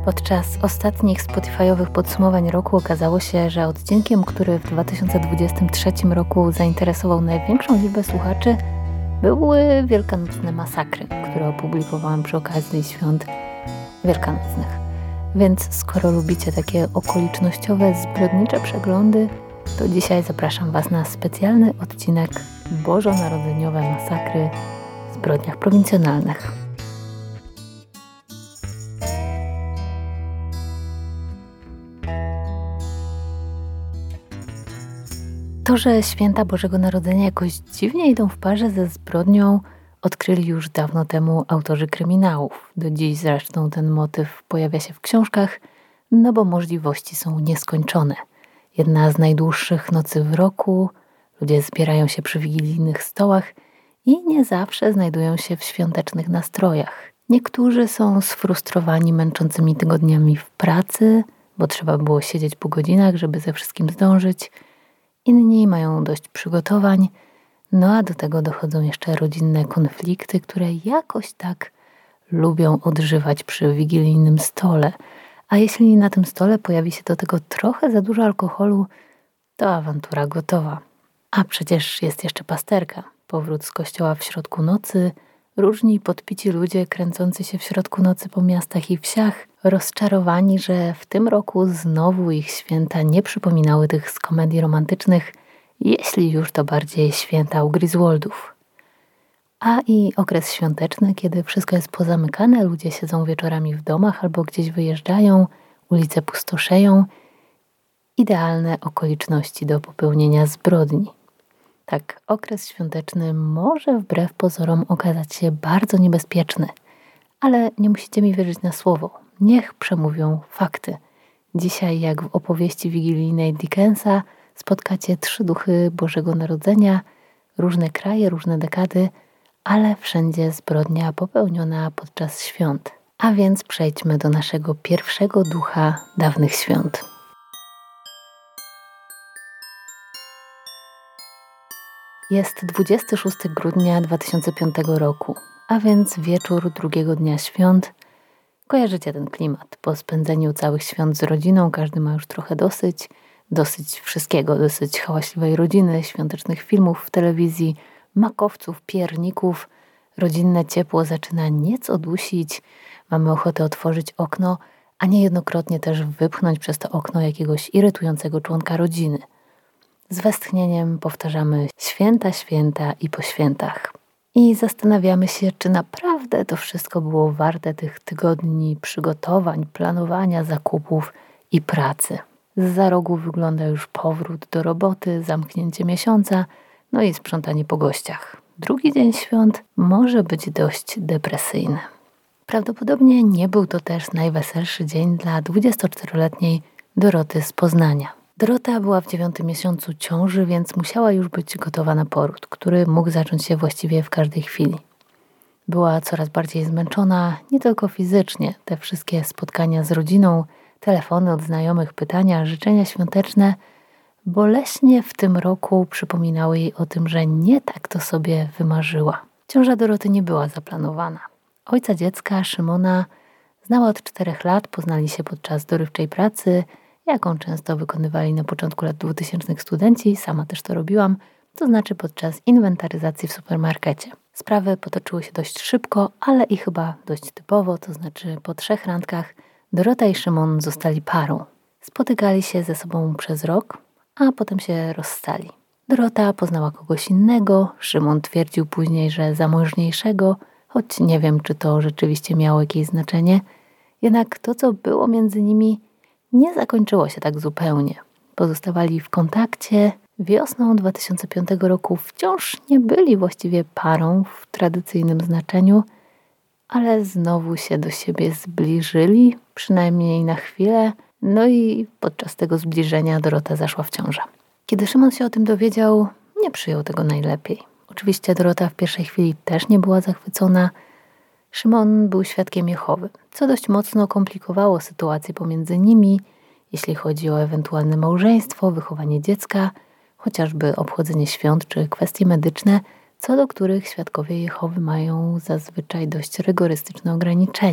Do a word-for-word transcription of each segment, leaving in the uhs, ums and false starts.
Podczas ostatnich Spotify'owych podsumowań roku okazało się, że odcinkiem, który w dwa tysiące dwudziestym trzecim roku zainteresował największą liczbę słuchaczy, były wielkanocne masakry, które opublikowałam przy okazji świąt wielkanocnych. Więc skoro lubicie takie okolicznościowe, zbrodnicze przeglądy, to dzisiaj zapraszam Was na specjalny odcinek Bożonarodzeniowe masakry w zbrodniach prowincjonalnych. To, że święta Bożego Narodzenia jakoś dziwnie idą w parze ze zbrodnią, odkryli już dawno temu autorzy kryminałów. Do dziś zresztą ten motyw pojawia się w książkach, no bo możliwości są nieskończone. Jedna z najdłuższych nocy w roku, ludzie zbierają się przy wigilijnych stołach i nie zawsze znajdują się w świątecznych nastrojach. Niektórzy są sfrustrowani męczącymi tygodniami w pracy, bo trzeba było siedzieć po godzinach, żeby ze wszystkim zdążyć. Inni mają dość przygotowań, no a do tego dochodzą jeszcze rodzinne konflikty, które jakoś tak lubią odżywać przy wigilijnym stole. A jeśli na tym stole pojawi się do tego trochę za dużo alkoholu, to awantura gotowa. A przecież jest jeszcze pasterka, powrót z kościoła w środku nocy, różni podpici ludzie kręcący się w środku nocy po miastach i wsiach, rozczarowani, że w tym roku znowu ich święta nie przypominały tych z komedii romantycznych, jeśli już to bardziej święta u Griswoldów. A i okres świąteczny, kiedy wszystko jest pozamykane, ludzie siedzą wieczorami w domach albo gdzieś wyjeżdżają, ulice pustoszeją. Idealne okoliczności do popełnienia zbrodni. Tak, okres świąteczny może wbrew pozorom okazać się bardzo niebezpieczny, ale nie musicie mi wierzyć na słowo. Niech przemówią fakty. Dzisiaj, jak w opowieści wigilijnej Dickensa, spotkacie trzy duchy Bożego Narodzenia, różne kraje, różne dekady, ale wszędzie zbrodnia popełniona podczas świąt. A więc przejdźmy do naszego pierwszego ducha dawnych świąt. Jest dwudziestego szóstego grudnia dwa tysiące piątego roku, a więc wieczór drugiego dnia świąt. Kojarzycie ten klimat. Po spędzeniu całych świąt z rodziną każdy ma już trochę dosyć, dosyć wszystkiego, dosyć hałaśliwej rodziny, świątecznych filmów w telewizji, makowców, pierników. Rodzinne ciepło zaczyna nieco dusić, mamy ochotę otworzyć okno, a niejednokrotnie też wypchnąć przez to okno jakiegoś irytującego członka rodziny. Z westchnieniem powtarzamy święta, święta i po świętach. I zastanawiamy się, czy naprawdę to wszystko było warte tych tygodni przygotowań, planowania, zakupów i pracy. Zza rogu wygląda już powrót do roboty, zamknięcie miesiąca, no i sprzątanie po gościach. Drugi dzień świąt może być dość depresyjny. Prawdopodobnie nie był to też najweselszy dzień dla dwudziestoczteroletniej Doroty z Poznania. Dorota była w dziewiątym miesiącu ciąży, więc musiała już być gotowa na poród, który mógł zacząć się właściwie w każdej chwili. Była coraz bardziej zmęczona, nie tylko fizycznie. Te wszystkie spotkania z rodziną, telefony od znajomych, pytania, życzenia świąteczne boleśnie w tym roku przypominały jej o tym, że nie tak to sobie wymarzyła. Ciąża Doroty nie była zaplanowana. Ojca dziecka, Szymona, znała od czterech lat, poznali się podczas dorywczej pracy, jaką często wykonywali na początku lat dwutysięcznych studenci, sama też to robiłam, to znaczy podczas inwentaryzacji w supermarkecie. Sprawy potoczyły się dość szybko, ale i chyba dość typowo, to znaczy po trzech randkach Dorota i Szymon zostali parą. Spotykali się ze sobą przez rok, a potem się rozstali. Dorota poznała kogoś innego, Szymon twierdził później, że zamożniejszego, choć nie wiem, czy to rzeczywiście miało jakieś znaczenie, jednak to, co było między nimi, nie zakończyło się tak zupełnie. Pozostawali w kontakcie. Wiosną dwa tysiące piątego roku wciąż nie byli właściwie parą w tradycyjnym znaczeniu, ale znowu się do siebie zbliżyli, przynajmniej na chwilę, no i podczas tego zbliżenia Dorota zaszła w ciążę. Kiedy Szymon się o tym dowiedział, nie przyjął tego najlepiej. Oczywiście Dorota w pierwszej chwili też nie była zachwycona. Szymon był świadkiem Jehowy, co dość mocno komplikowało sytuację pomiędzy nimi, jeśli chodzi o ewentualne małżeństwo, wychowanie dziecka, chociażby obchodzenie świąt czy kwestie medyczne, co do których świadkowie Jehowy mają zazwyczaj dość rygorystyczne ograniczenia.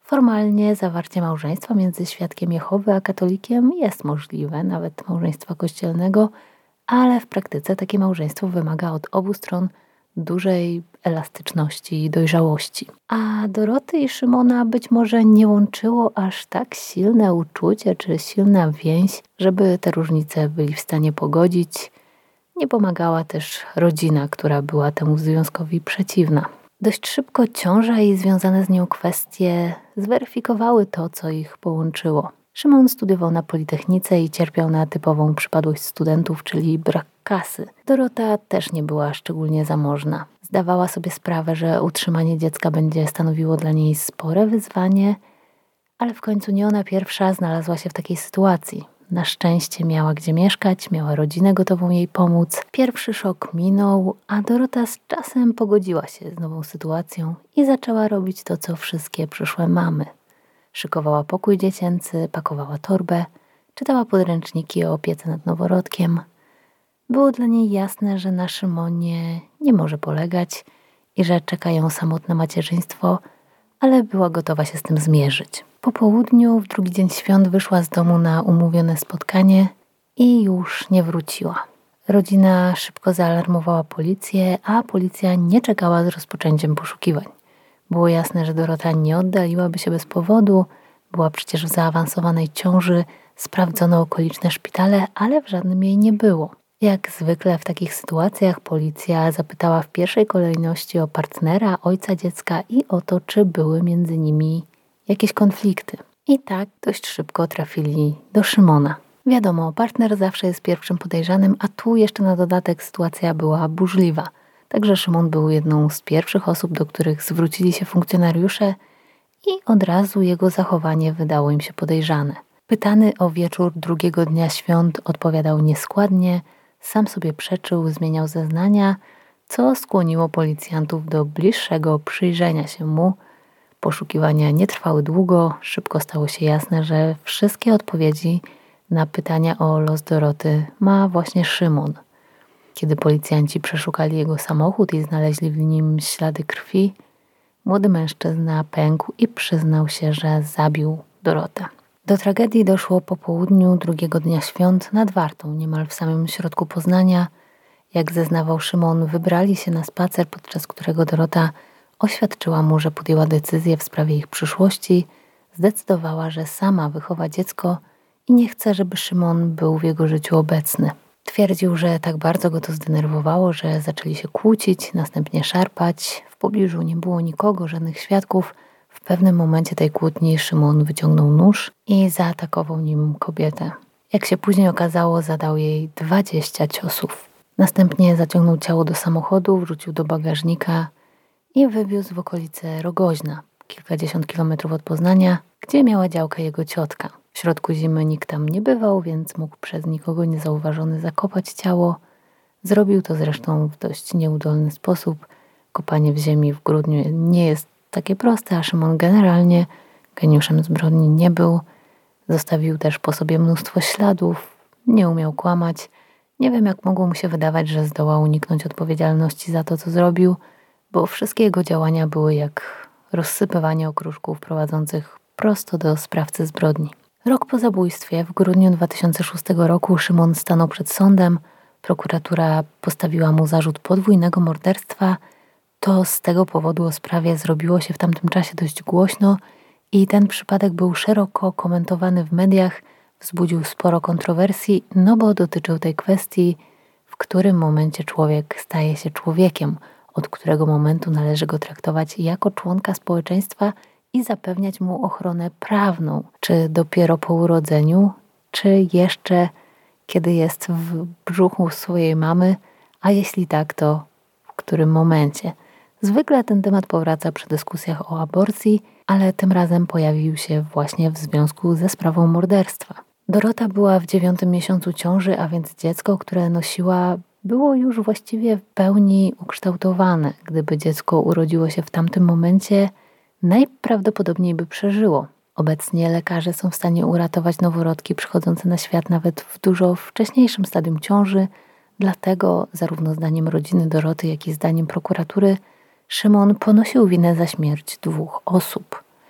Formalnie zawarcie małżeństwa między świadkiem Jehowy a katolikiem jest możliwe, nawet małżeństwa kościelnego, ale w praktyce takie małżeństwo wymaga od obu stron dużej elastyczności i dojrzałości. A Doroty i Szymona być może nie łączyło aż tak silne uczucie czy silna więź, żeby te różnice byli w stanie pogodzić. Nie pomagała też rodzina, która była temu związkowi przeciwna. Dość szybko ciąża i związane z nią kwestie zweryfikowały to, co ich połączyło. Szymon studiował na Politechnice i cierpiał na typową przypadłość studentów, czyli brak kasy. Dorota też nie była szczególnie zamożna. Zdawała sobie sprawę, że utrzymanie dziecka będzie stanowiło dla niej spore wyzwanie, ale w końcu nie ona pierwsza znalazła się w takiej sytuacji. Na szczęście miała gdzie mieszkać, miała rodzinę gotową jej pomóc. Pierwszy szok minął, a Dorota z czasem pogodziła się z nową sytuacją i zaczęła robić to, co wszystkie przyszłe mamy. Szykowała pokój dziecięcy, pakowała torbę, czytała podręczniki o opiece nad noworodkiem. Było dla niej jasne, że na Szymonie nie może polegać i że czeka ją samotne macierzyństwo, ale była gotowa się z tym zmierzyć. Po południu, w drugi dzień świąt, wyszła z domu na umówione spotkanie i już nie wróciła. Rodzina szybko zaalarmowała policję, a policja nie czekała z rozpoczęciem poszukiwań. Było jasne, że Dorota nie oddaliłaby się bez powodu, była przecież w zaawansowanej ciąży, sprawdzono okoliczne szpitale, ale w żadnym jej nie było. Jak zwykle w takich sytuacjach policja zapytała w pierwszej kolejności o partnera, ojca dziecka i o to, czy były między nimi jakieś konflikty. I tak dość szybko trafili do Szymona. Wiadomo, partner zawsze jest pierwszym podejrzanym, a tu jeszcze na dodatek sytuacja była burzliwa. Także Szymon był jedną z pierwszych osób, do których zwrócili się funkcjonariusze i od razu jego zachowanie wydało im się podejrzane. Pytany o wieczór drugiego dnia świąt odpowiadał nieskładnie, sam sobie przeczył, zmieniał zeznania, co skłoniło policjantów do bliższego przyjrzenia się mu. Poszukiwania nie trwały długo, szybko stało się jasne, że wszystkie odpowiedzi na pytania o los Doroty ma właśnie Szymon. Kiedy policjanci przeszukali jego samochód i znaleźli w nim ślady krwi, młody mężczyzna pękł i przyznał się, że zabił Dorotę. Do tragedii doszło po południu drugiego dnia świąt nad Wartą, niemal w samym środku Poznania. Jak zeznawał Szymon, wybrali się na spacer, podczas którego Dorota oświadczyła mu, że podjęła decyzję w sprawie ich przyszłości, zdecydowała, że sama wychowa dziecko i nie chce, żeby Szymon był w jego życiu obecny. Twierdził, że tak bardzo go to zdenerwowało, że zaczęli się kłócić, następnie szarpać. W pobliżu nie było nikogo, żadnych świadków. W pewnym momencie tej kłótni Szymon wyciągnął nóż i zaatakował nim kobietę. Jak się później okazało, zadał jej dwadzieścia ciosów. Następnie zaciągnął ciało do samochodu, wrzucił do bagażnika i wywiózł w okolice Rogoźna, kilkadziesiąt kilometrów od Poznania, gdzie miała działkę jego ciotka. W środku zimy nikt tam nie bywał, więc mógł przez nikogo niezauważony zakopać ciało. Zrobił to zresztą w dość nieudolny sposób. Kopanie w ziemi w grudniu nie jest takie proste, a Szymon generalnie geniuszem zbrodni nie był. Zostawił też po sobie mnóstwo śladów, nie umiał kłamać. Nie wiem, jak mogło mu się wydawać, że zdoła uniknąć odpowiedzialności za to, co zrobił, bo wszystkie jego działania były jak rozsypywanie okruszków prowadzących prosto do sprawcy zbrodni. Rok po zabójstwie, w grudniu dwa tysiące szóstego roku, Szymon stanął przed sądem. Prokuratura postawiła mu zarzut podwójnego morderstwa. To z tego powodu o sprawie zrobiło się w tamtym czasie dość głośno i ten przypadek był szeroko komentowany w mediach, wzbudził sporo kontrowersji, no bo dotyczył tej kwestii, w którym momencie człowiek staje się człowiekiem, od którego momentu należy go traktować jako członka społeczeństwa i zapewniać mu ochronę prawną, czy dopiero po urodzeniu, czy jeszcze kiedy jest w brzuchu swojej mamy, a jeśli tak, to w którym momencie. Zwykle ten temat powraca przy dyskusjach o aborcji, ale tym razem pojawił się właśnie w związku ze sprawą morderstwa. Dorota była w dziewiątym miesiącu ciąży, a więc dziecko, które nosiła, było już właściwie w pełni ukształtowane. Gdyby dziecko urodziło się w tamtym momencie, najprawdopodobniej by przeżyło. Obecnie lekarze są w stanie uratować noworodki przychodzące na świat nawet w dużo wcześniejszym stadium ciąży, dlatego zarówno zdaniem rodziny Doroty, jak i zdaniem prokuratury Szymon ponosił winę za śmierć dwóch osób.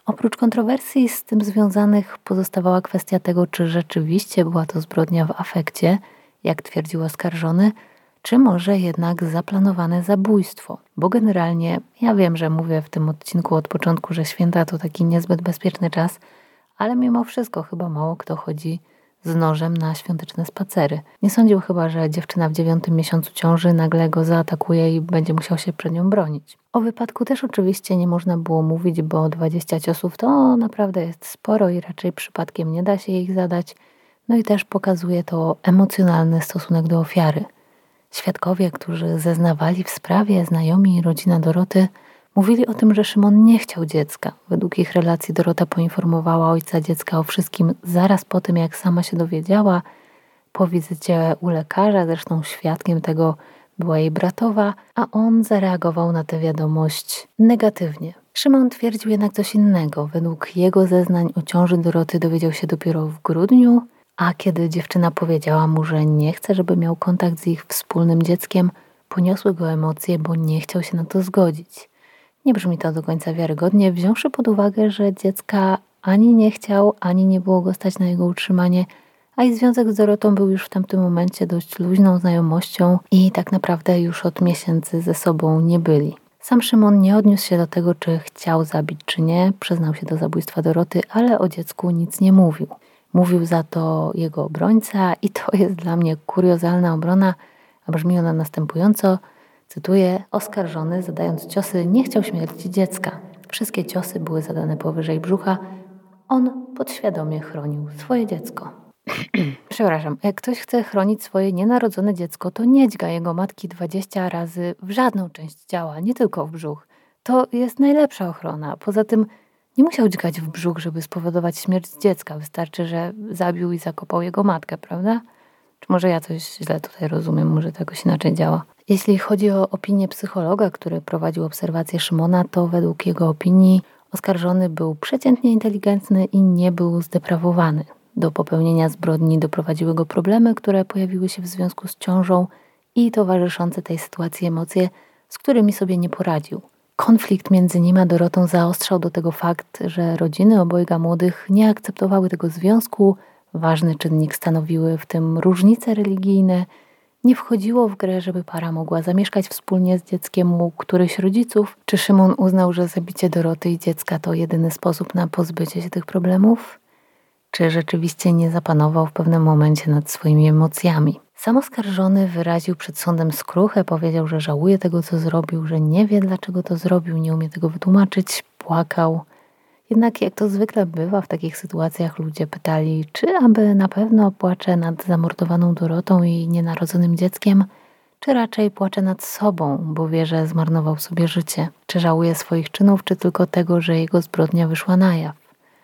Oprócz kontrowersji z tym związanych pozostawała kwestia tego, czy rzeczywiście była to zbrodnia w afekcie, jak twierdził oskarżony, czy może jednak zaplanowane zabójstwo. Bo generalnie, ja wiem, że mówię w tym odcinku od początku, że święta to taki niezbyt bezpieczny czas, ale mimo wszystko chyba mało kto chodzi z nożem na świąteczne spacery. Nie sądził chyba, że dziewczyna w dziewiątym miesiącu ciąży nagle go zaatakuje i będzie musiał się przed nią bronić. O wypadku też oczywiście nie można było mówić, bo dwadzieścia ciosów to naprawdę jest sporo i raczej przypadkiem nie da się ich zadać. No i też pokazuje to emocjonalny stosunek do ofiary. Świadkowie, którzy zeznawali w sprawie, znajomi i rodzina Doroty, mówili o tym, że Szymon nie chciał dziecka. Według ich relacji Dorota poinformowała ojca dziecka o wszystkim zaraz po tym, jak sama się dowiedziała, po wizycie u lekarza, zresztą świadkiem tego była jej bratowa, a on zareagował na tę wiadomość negatywnie. Szymon twierdził jednak coś innego. Według jego zeznań o ciąży Doroty dowiedział się dopiero w grudniu, a kiedy dziewczyna powiedziała mu, że nie chce, żeby miał kontakt z ich wspólnym dzieckiem, poniosły go emocje, bo nie chciał się na to zgodzić. Nie brzmi to do końca wiarygodnie, wziąwszy pod uwagę, że dziecka ani nie chciał, ani nie było go stać na jego utrzymanie, a i związek z Dorotą był już w tamtym momencie dość luźną znajomością i tak naprawdę już od miesięcy ze sobą nie byli. Sam Szymon nie odniósł się do tego, czy chciał zabić, czy nie, przyznał się do zabójstwa Doroty, ale o dziecku nic nie mówił. Mówił za to jego obrońca i to jest dla mnie kuriozalna obrona, a brzmi ona następująco. Cytuję, oskarżony zadając ciosy nie chciał śmierci dziecka. Wszystkie ciosy były zadane powyżej brzucha. On podświadomie chronił swoje dziecko. Przepraszam, jak ktoś chce chronić swoje nienarodzone dziecko, to nie dźga jego matki dwadzieścia razy w żadną część ciała, nie tylko w brzuch. To jest najlepsza ochrona. Poza tym nie musiał dźgać w brzuch, żeby spowodować śmierć dziecka. Wystarczy, że zabił i zakopał jego matkę, prawda? Czy może ja coś źle tutaj rozumiem, może to jakoś inaczej działa. Jeśli chodzi o opinię psychologa, który prowadził obserwację Szymona, to według jego opinii oskarżony był przeciętnie inteligentny i nie był zdeprawowany. Do popełnienia zbrodni doprowadziły go problemy, które pojawiły się w związku z ciążą i towarzyszące tej sytuacji emocje, z którymi sobie nie poradził. Konflikt między nim a Dorotą zaostrzał do tego fakt, że rodziny obojga młodych nie akceptowały tego związku, ważny czynnik stanowiły w tym różnice religijne. Nie wchodziło w grę, żeby para mogła zamieszkać wspólnie z dzieckiem u którychś rodziców. Czy Szymon uznał, że zabicie Doroty i dziecka to jedyny sposób na pozbycie się tych problemów? Czy rzeczywiście nie zapanował w pewnym momencie nad swoimi emocjami? Sam oskarżony wyraził przed sądem skruchę, powiedział, że żałuje tego, co zrobił, że nie wie, dlaczego to zrobił, nie umie tego wytłumaczyć, płakał. Jednak jak to zwykle bywa w takich sytuacjach, ludzie pytali, czy aby na pewno płacze nad zamordowaną Dorotą i nienarodzonym dzieckiem, czy raczej płacze nad sobą, bo wie, że zmarnował sobie życie. Czy żałuje swoich czynów, czy tylko tego, że jego zbrodnia wyszła na jaw.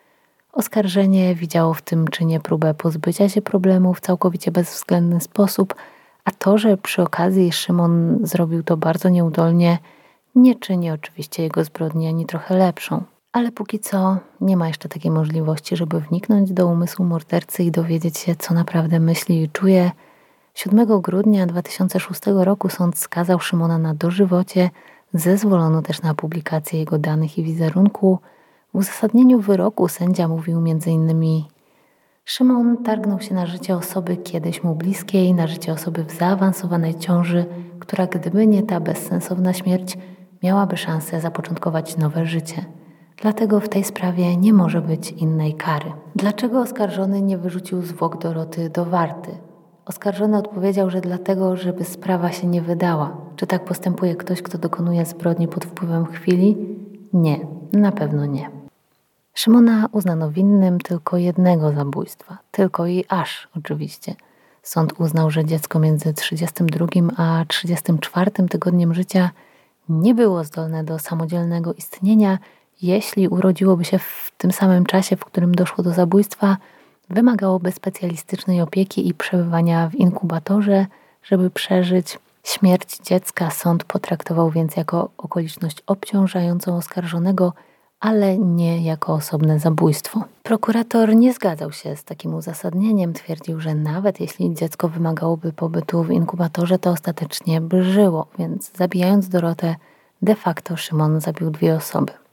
Oskarżenie widziało w tym czynie próbę pozbycia się problemu w całkowicie bezwzględny sposób, a to, że przy okazji Szymon zrobił to bardzo nieudolnie, nie czyni oczywiście jego zbrodni ani trochę lepszą. Ale póki co nie ma jeszcze takiej możliwości, żeby wniknąć do umysłu mordercy i dowiedzieć się, co naprawdę myśli i czuje. siódmego grudnia dwa tysiące szóstego roku sąd skazał Szymona na dożywocie, zezwolono też na publikację jego danych i wizerunku. W uzasadnieniu wyroku sędzia mówił między innymi: Szymon targnął się na życie osoby kiedyś mu bliskiej, na życie osoby w zaawansowanej ciąży, która gdyby nie ta bezsensowna śmierć, miałaby szansę zapoczątkować nowe życie. Dlatego w tej sprawie nie może być innej kary. Dlaczego oskarżony nie wyrzucił zwłok Doroty do warty? Oskarżony odpowiedział, że dlatego, żeby sprawa się nie wydała. Czy tak postępuje ktoś, kto dokonuje zbrodni pod wpływem chwili? Nie, na pewno nie. Szymona uznano winnym tylko jednego zabójstwa. Tylko i aż, oczywiście. Sąd uznał, że dziecko między trzydziestym drugim a trzydziestym czwartym tygodniem życia nie było zdolne do samodzielnego istnienia. Jeśli urodziłoby się w tym samym czasie, w którym doszło do zabójstwa, wymagałoby specjalistycznej opieki i przebywania w inkubatorze, żeby przeżyć. Śmierć dziecka sąd potraktował więc jako okoliczność obciążającą oskarżonego, ale nie jako osobne zabójstwo. Prokurator nie zgadzał się z takim uzasadnieniem. Twierdził, że nawet jeśli dziecko wymagałoby pobytu w inkubatorze, to ostatecznie by żyło, więc zabijając Dorotę, de facto Szymon zabił dwie osoby.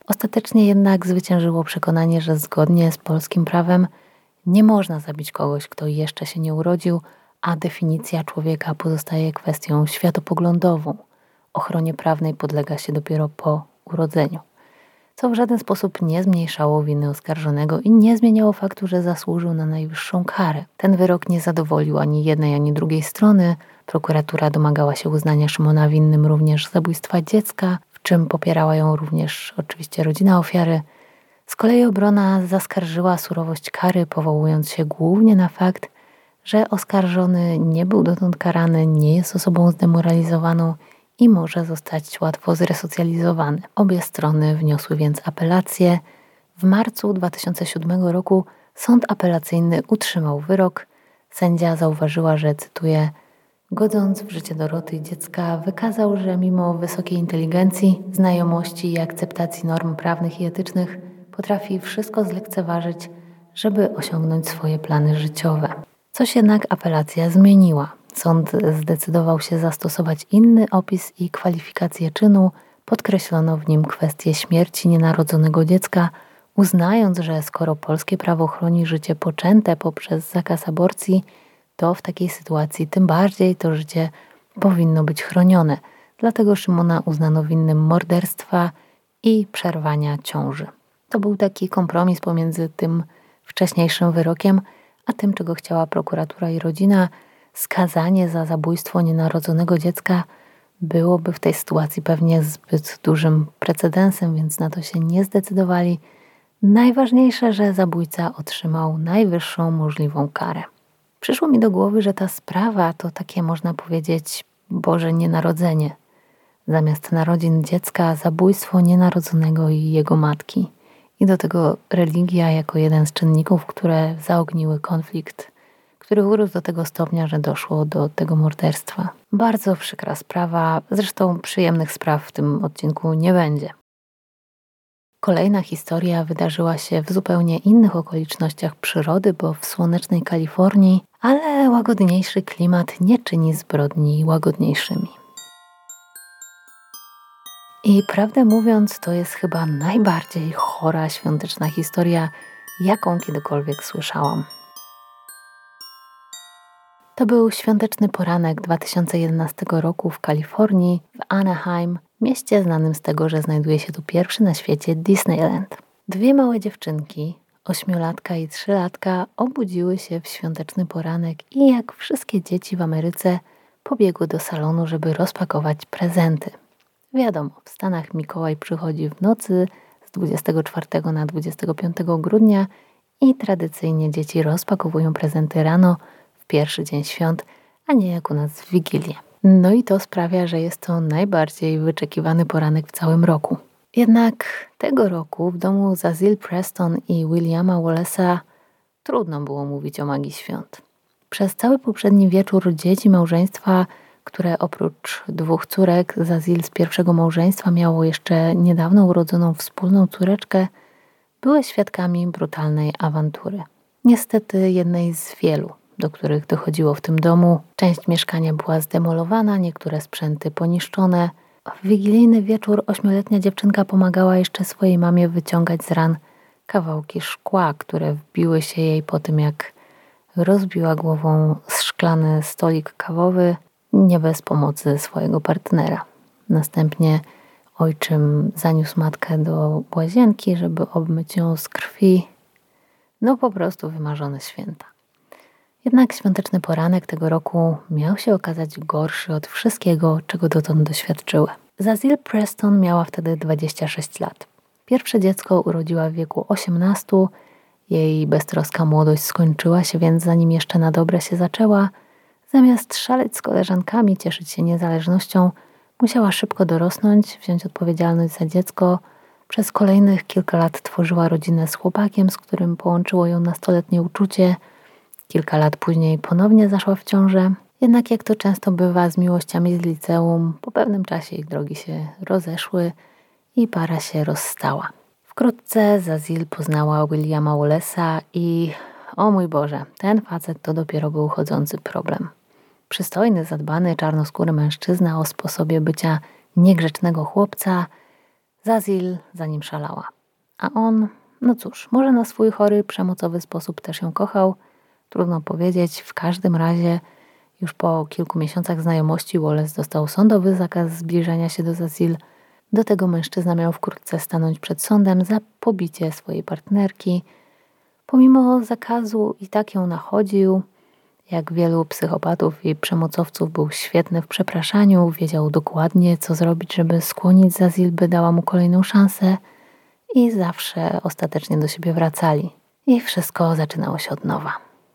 Ostatecznie jednak zwyciężyło przekonanie, że zgodnie z polskim prawem nie można zabić kogoś, kto jeszcze się nie urodził, a definicja człowieka pozostaje kwestią światopoglądową. Ochronie prawnej podlega się dopiero po urodzeniu. Co w żaden sposób nie zmniejszało winy oskarżonego i nie zmieniało faktu, że zasłużył na najwyższą karę. Ten wyrok nie zadowolił ani jednej, ani drugiej strony. Prokuratura domagała się uznania Szymona winnym również zabójstwa dziecka, w czym popierała ją również oczywiście rodzina ofiary. Z kolei obrona zaskarżyła surowość kary, powołując się głównie na fakt, że oskarżony nie był dotąd karany, nie jest osobą zdemoralizowaną i może zostać łatwo zresocjalizowany. Obie strony wniosły więc apelację. W marcu dwa tysiące siódmego roku sąd apelacyjny utrzymał wyrok. Sędzia zauważyła, że, cytuję, godząc w życie Doroty i dziecka, wykazał, że mimo wysokiej inteligencji, znajomości i akceptacji norm prawnych i etycznych potrafi wszystko zlekceważyć, żeby osiągnąć swoje plany życiowe. Coś jednak apelacja zmieniła. Sąd zdecydował się zastosować inny opis i kwalifikację czynu. Podkreślono w nim kwestię śmierci nienarodzonego dziecka, uznając, że skoro polskie prawo chroni życie poczęte poprzez zakaz aborcji, to w takiej sytuacji tym bardziej to życie powinno być chronione. Dlatego Szymona uznano winnym morderstwa i przerwania ciąży. To był taki kompromis pomiędzy tym wcześniejszym wyrokiem, a tym, czego chciała prokuratura i rodzina. Skazanie za zabójstwo nienarodzonego dziecka byłoby w tej sytuacji pewnie zbyt dużym precedensem, więc na to się nie zdecydowali. Najważniejsze, że zabójca otrzymał najwyższą możliwą karę. Przyszło mi do głowy, że ta sprawa to takie, można powiedzieć, Boże Nienarodzenie. Zamiast narodzin dziecka, zabójstwo nienarodzonego i jego matki. I do tego religia jako jeden z czynników, które zaogniły konflikt, który urósł do tego stopnia, że doszło do tego morderstwa. Bardzo przykra sprawa, zresztą przyjemnych spraw w tym odcinku nie będzie. Kolejna historia wydarzyła się w zupełnie innych okolicznościach przyrody, bo w słonecznej Kalifornii, ale łagodniejszy klimat nie czyni zbrodni łagodniejszymi. I prawdę mówiąc, to jest chyba najbardziej chora świąteczna historia, jaką kiedykolwiek słyszałam. To był świąteczny poranek dwa tysiące jedenastego roku w Kalifornii, w Anaheim, mieście znanym z tego, że znajduje się tu pierwszy na świecie Disneyland. Dwie małe dziewczynki, ośmiolatka i trzylatka, obudziły się w świąteczny poranek i jak wszystkie dzieci w Ameryce pobiegły do salonu, żeby rozpakować prezenty. Wiadomo, w Stanach Mikołaj przychodzi w nocy z dwudziestego czwartego na dwudziestego piątego grudnia i tradycyjnie dzieci rozpakowują prezenty rano w pierwszy dzień świąt, a nie jak u nas w Wigilię. No i to sprawia, że jest to najbardziej wyczekiwany poranek w całym roku. Jednak tego roku w domu Zazie Preston i Williama Wallace'a trudno było mówić o magii świąt. Przez cały poprzedni wieczór dzieci małżeństwa, które oprócz dwóch córek Zazie z pierwszego małżeństwa miało jeszcze niedawno urodzoną wspólną córeczkę, były świadkami brutalnej awantury. Niestety jednej z wielu, do których dochodziło w tym domu. Część mieszkania była zdemolowana, niektóre sprzęty poniszczone. W wigilijny wieczór ośmioletnia dziewczynka pomagała jeszcze swojej mamie wyciągać z ran kawałki szkła, które wbiły się jej po tym, jak rozbiła głową szklany stolik kawowy, nie bez pomocy swojego partnera. Następnie ojczym zaniósł matkę do łazienki, żeby obmyć ją z krwi. No po prostu wymarzone święta. Jednak świąteczny poranek tego roku miał się okazać gorszy od wszystkiego, czego dotąd doświadczyły. Zazie Preston miała wtedy dwadzieścia sześć lat. Pierwsze dziecko urodziła w wieku osiemnastu. Jej beztroska młodość skończyła się, więc zanim jeszcze na dobre się zaczęła, zamiast szaleć z koleżankami, cieszyć się niezależnością, musiała szybko dorosnąć, wziąć odpowiedzialność za dziecko. Przez kolejnych kilka lat tworzyła rodzinę z chłopakiem, z którym połączyło ją nastoletnie uczucie. Kilka lat później ponownie zaszła w ciążę. Jednak jak to często bywa z miłościami z liceum, po pewnym czasie ich drogi się rozeszły i para się rozstała. Wkrótce Zazie poznała Williama Wallace'a i o mój Boże, ten facet to dopiero był chodzący problem. Przystojny, zadbany, czarnoskóry mężczyzna o sposobie bycia niegrzecznego chłopca Zazil za nim szalała. A on, no cóż, może na swój chory, przemocowy sposób też ją kochał. Trudno powiedzieć. W każdym razie już po kilku miesiącach znajomości Wallace dostał sądowy zakaz zbliżania się do Zazil. Do tego mężczyzna miał wkrótce stanąć przed sądem za pobicie swojej partnerki. Pomimo zakazu i tak ją nachodził. Jak wielu psychopatów i przemocowców był świetny w przepraszaniu, wiedział dokładnie, co zrobić, żeby skłonić Zazil, by dała mu kolejną szansę i zawsze ostatecznie do siebie wracali. I wszystko zaczynało się od nowa.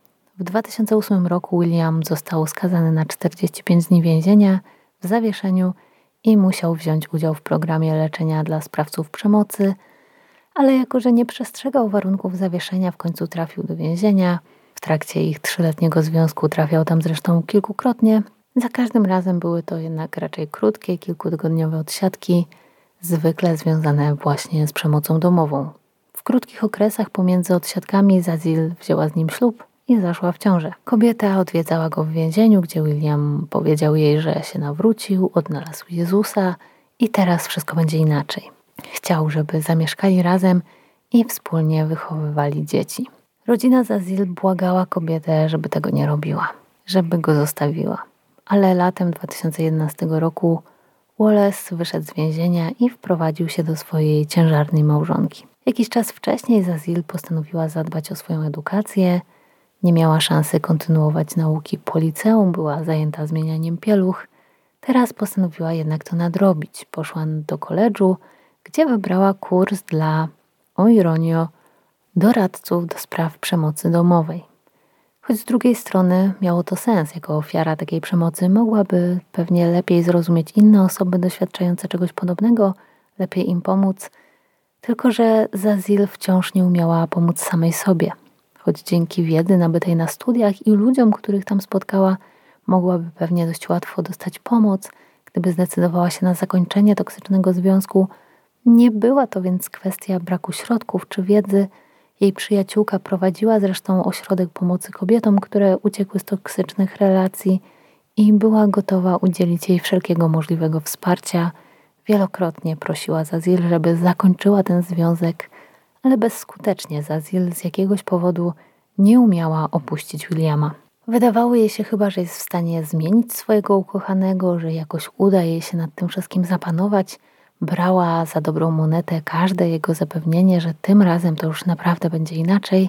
W dwa tysiące ósmym roku William został skazany na czterdzieści pięć dni więzienia w zawieszeniu i musiał wziąć udział w programie leczenia dla sprawców przemocy, ale jako że nie przestrzegał warunków zawieszenia, w końcu trafił do więzienia. W trakcie ich trzyletniego związku trafiał tam zresztą kilkukrotnie. Za każdym razem były to jednak raczej krótkie, kilkutygodniowe odsiadki, zwykle związane właśnie z przemocą domową. W krótkich okresach pomiędzy odsiadkami Zazil wzięła z nim ślub i zaszła w ciążę. Kobieta odwiedzała go w więzieniu, gdzie William powiedział jej, że się nawrócił, odnalazł Jezusa i teraz wszystko będzie inaczej. Chciał, żeby zamieszkali razem i wspólnie wychowywali dzieci. Rodzina Zazil błagała kobietę, żeby tego nie robiła, żeby go zostawiła. Ale latem dwa tysiące jedenastego roku Wallace wyszedł z więzienia i wprowadził się do swojej ciężarnej małżonki. Jakiś czas wcześniej Zazil postanowiła zadbać o swoją edukację. Nie miała szansy kontynuować nauki po liceum, była zajęta zmienianiem pieluch. Teraz postanowiła jednak to nadrobić. Poszła do koledżu, gdzie wybrała kurs dla, o ironio, doradców do spraw przemocy domowej. Choć z drugiej strony miało to sens, jako ofiara takiej przemocy mogłaby pewnie lepiej zrozumieć inne osoby doświadczające czegoś podobnego, lepiej im pomóc, tylko że Zazil wciąż nie umiała pomóc samej sobie. Choć dzięki wiedzy nabytej na studiach i ludziom, których tam spotkała, mogłaby pewnie dość łatwo dostać pomoc, gdyby zdecydowała się na zakończenie toksycznego związku. Nie była to więc kwestia braku środków czy wiedzy. Jej przyjaciółka prowadziła zresztą ośrodek pomocy kobietom, które uciekły z toksycznych relacji i była gotowa udzielić jej wszelkiego możliwego wsparcia. Wielokrotnie prosiła Zazil, żeby zakończyła ten związek, ale bezskutecznie. Zazil z jakiegoś powodu nie umiała opuścić Williama. Wydawało jej się chyba, że jest w stanie zmienić swojego ukochanego, że jakoś uda jej się nad tym wszystkim zapanować. Brała za dobrą monetę każde jego zapewnienie, że tym razem to już naprawdę będzie inaczej,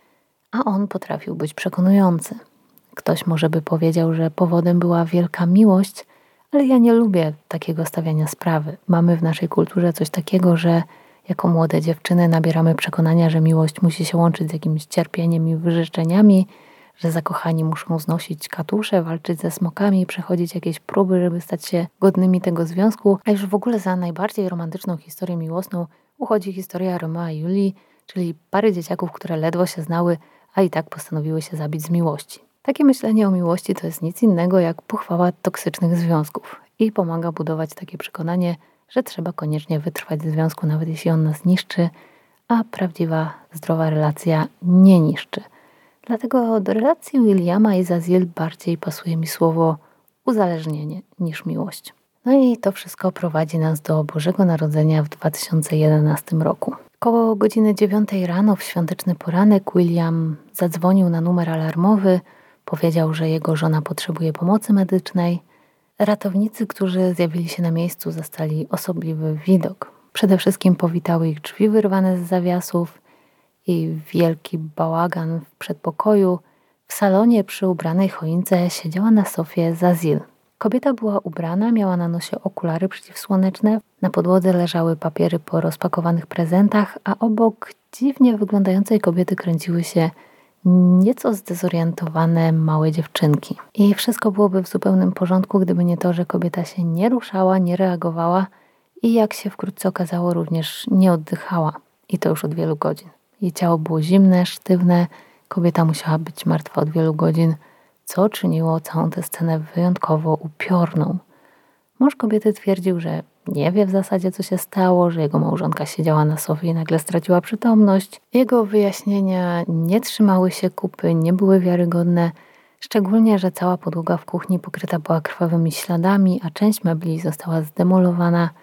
a on potrafił być przekonujący. Ktoś może by powiedział, że powodem była wielka miłość, ale ja nie lubię takiego stawiania sprawy. Mamy w naszej kulturze coś takiego, że jako młode dziewczyny nabieramy przekonania, że miłość musi się łączyć z jakimś cierpieniem i wyrzeczeniami, że zakochani muszą znosić katusze, walczyć ze smokami, przechodzić jakieś próby, żeby stać się godnymi tego związku. A już w ogóle za najbardziej romantyczną historię miłosną uchodzi historia Romea i Julii, czyli pary dzieciaków, które ledwo się znały, a i tak postanowiły się zabić z miłości. Takie myślenie o miłości to jest nic innego jak pochwała toksycznych związków i pomaga budować takie przekonanie, że trzeba koniecznie wytrwać w związku, nawet jeśli on nas niszczy, a prawdziwa, zdrowa relacja nie niszczy. Dlatego do relacji Williama i Zazil bardziej pasuje mi słowo uzależnienie niż miłość. No i to wszystko prowadzi nas do Bożego Narodzenia w dwa tysiące jedenastym roku. Koło godziny dziewiątej rano w świąteczny poranek William zadzwonił na numer alarmowy, powiedział, że jego żona potrzebuje pomocy medycznej. Ratownicy, którzy zjawili się na miejscu, zastali osobliwy widok. Przede wszystkim powitały ich drzwi wyrwane z zawiasów i wielki bałagan w przedpokoju. W salonie przy ubranej choince siedziała na sofie Zazil. Kobieta była ubrana, miała na nosie okulary przeciwsłoneczne, na podłodze leżały papiery po rozpakowanych prezentach, a obok dziwnie wyglądającej kobiety kręciły się nieco zdezorientowane małe dziewczynki. I wszystko byłoby w zupełnym porządku, gdyby nie to, że kobieta się nie ruszała, nie reagowała i jak się wkrótce okazało, również nie oddychała. I to już od wielu godzin. Jej ciało było zimne, sztywne, kobieta musiała być martwa od wielu godzin, co czyniło całą tę scenę wyjątkowo upiorną. Mąż kobiety twierdził, że nie wie w zasadzie, co się stało, że jego małżonka siedziała na sofie i nagle straciła przytomność. Jego wyjaśnienia nie trzymały się kupy, nie były wiarygodne, szczególnie, że cała podłoga w kuchni pokryta była krwawymi śladami, a część mebli została zdemolowana.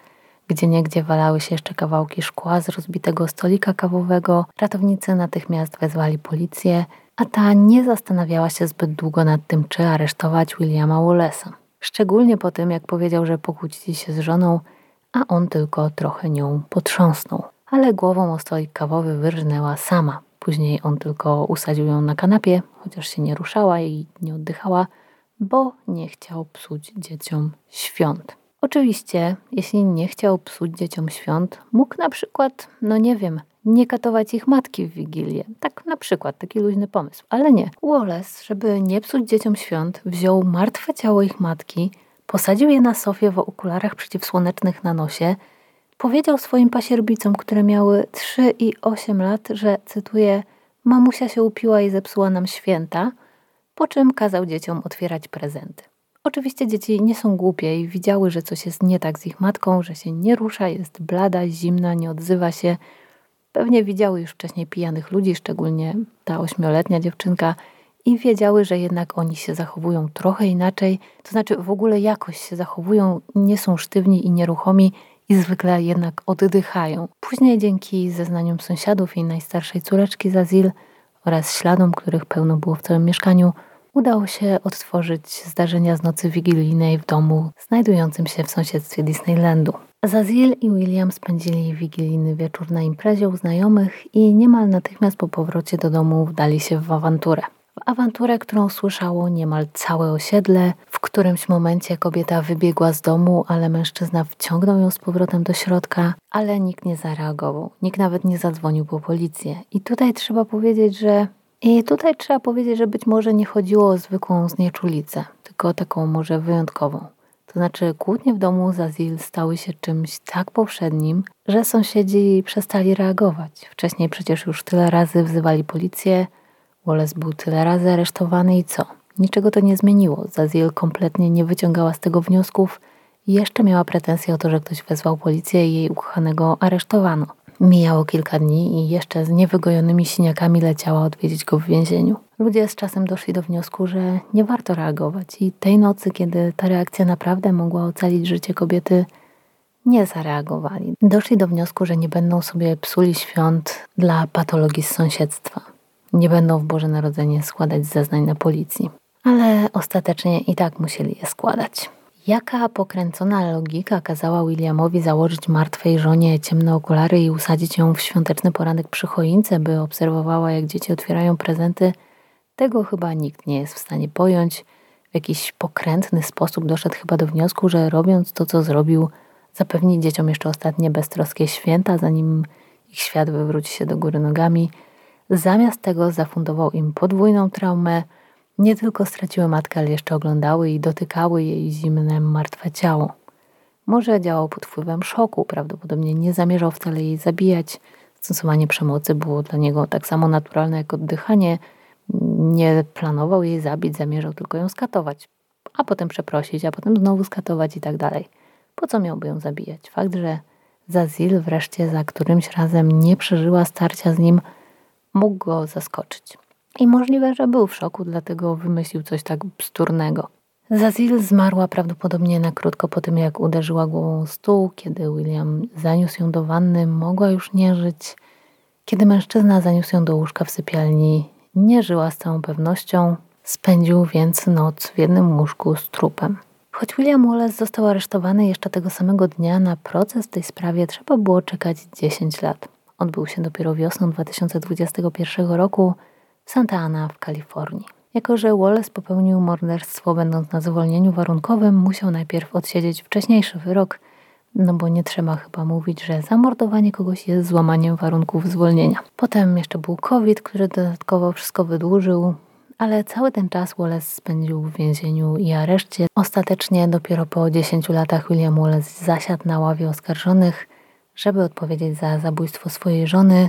Gdzieniegdzie walały się jeszcze kawałki szkła z rozbitego stolika kawowego. Ratownicy natychmiast wezwali policję, a ta nie zastanawiała się zbyt długo nad tym, czy aresztować Williama Wallace'a. Szczególnie po tym, jak powiedział, że pokłócili się z żoną, a on tylko trochę nią potrząsnął. Ale głową o stolik kawowy wyrżnęła sama. Później on tylko usadził ją na kanapie, chociaż się nie ruszała i nie oddychała, bo nie chciał psuć dzieciom świąt. Oczywiście, jeśli nie chciał psuć dzieciom świąt, mógł na przykład, no nie wiem, nie katować ich matki w Wigilię. Tak na przykład, taki luźny pomysł. Ale nie. Wallace, żeby nie psuć dzieciom świąt, wziął martwe ciało ich matki, posadził je na sofie w okularach przeciwsłonecznych na nosie, powiedział swoim pasierbicom, które miały trzy i osiem lat, że, cytuję, mamusia się upiła i zepsuła nam święta, po czym kazał dzieciom otwierać prezenty. Oczywiście dzieci nie są głupie i widziały, że coś jest nie tak z ich matką, że się nie rusza, jest blada, zimna, nie odzywa się. Pewnie widziały już wcześniej pijanych ludzi, szczególnie ta ośmioletnia dziewczynka, i wiedziały, że jednak oni się zachowują trochę inaczej, to znaczy w ogóle jakoś się zachowują, nie są sztywni i nieruchomi i zwykle jednak oddychają. Później dzięki zeznaniom sąsiadów i najstarszej córeczki Zazil oraz śladom, których pełno było w całym mieszkaniu, udało się odtworzyć zdarzenia z nocy wigilijnej w domu znajdującym się w sąsiedztwie Disneylandu. Zazil i William spędzili wigilijny wieczór na imprezie u znajomych i niemal natychmiast po powrocie do domu wdali się w awanturę. W awanturę, którą słyszało niemal całe osiedle. W którymś momencie kobieta wybiegła z domu, ale mężczyzna wciągnął ją z powrotem do środka, ale nikt nie zareagował. Nikt nawet nie zadzwonił po policję. I tutaj trzeba powiedzieć, że I tutaj trzeba powiedzieć, że być może nie chodziło o zwykłą znieczulicę, tylko o taką może wyjątkową. To znaczy kłótnie w domu Zazil stały się czymś tak powszednim, że sąsiedzi przestali reagować. Wcześniej przecież już tyle razy wzywali policję, Wallace był tyle razy aresztowany i co? Niczego to nie zmieniło. Zazil kompletnie nie wyciągała z tego wniosków i jeszcze miała pretensje o to, że ktoś wezwał policję i jej ukochanego aresztowano. Mijało kilka dni i jeszcze z niewygojonymi siniakami leciała odwiedzić go w więzieniu. Ludzie z czasem doszli do wniosku, że nie warto reagować i tej nocy, kiedy ta reakcja naprawdę mogła ocalić życie kobiety, nie zareagowali. Doszli do wniosku, że nie będą sobie psuli świąt dla patologii z sąsiedztwa. Nie będą w Boże Narodzenie składać zeznań na policji. Ale ostatecznie i tak musieli je składać. Jaka pokręcona logika kazała Williamowi założyć martwej żonie ciemne okulary i usadzić ją w świąteczny poranek przy choince, by obserwowała, jak dzieci otwierają prezenty, tego chyba nikt nie jest w stanie pojąć. W jakiś pokrętny sposób doszedł chyba do wniosku, że robiąc to, co zrobił, zapewni dzieciom jeszcze ostatnie beztroskie święta, zanim ich świat wywróci się do góry nogami. Zamiast tego zafundował im podwójną traumę. Nie tylko straciły matkę, ale jeszcze oglądały i dotykały jej zimne, martwe ciało. Może działał pod wpływem szoku, prawdopodobnie nie zamierzał wcale jej zabijać. Stosowanie przemocy było dla niego tak samo naturalne jak oddychanie. Nie planował jej zabić, zamierzał tylko ją skatować, a potem przeprosić, a potem znowu skatować i tak dalej. Po co miałby ją zabijać? Fakt, że Zazil wreszcie za którymś razem nie przeżyła starcia z nim, mógł go zaskoczyć. I możliwe, że był w szoku, dlatego wymyślił coś tak bzdurnego. Zazil zmarła prawdopodobnie na krótko po tym, jak uderzyła głową o stół. Kiedy William zaniósł ją do wanny, mogła już nie żyć. Kiedy mężczyzna zaniósł ją do łóżka w sypialni, nie żyła z całą pewnością. Spędził więc noc w jednym łóżku z trupem. Choć William Wallace został aresztowany jeszcze tego samego dnia, na proces w tej sprawie trzeba było czekać dziesięć lat. Odbył się dopiero wiosną dwa tysiące dwudziestego pierwszego roku w Santa Ana w Kalifornii. Jako że Wallace popełnił morderstwo będąc na zwolnieniu warunkowym, musiał najpierw odsiedzieć wcześniejszy wyrok, no bo nie trzeba chyba mówić, że zamordowanie kogoś jest złamaniem warunków zwolnienia. Potem jeszcze był COVID, który dodatkowo wszystko wydłużył, ale cały ten czas Wallace spędził w więzieniu i areszcie. Ostatecznie dopiero po dziesięciu latach William Wallace zasiadł na ławie oskarżonych, żeby odpowiedzieć za zabójstwo swojej żony.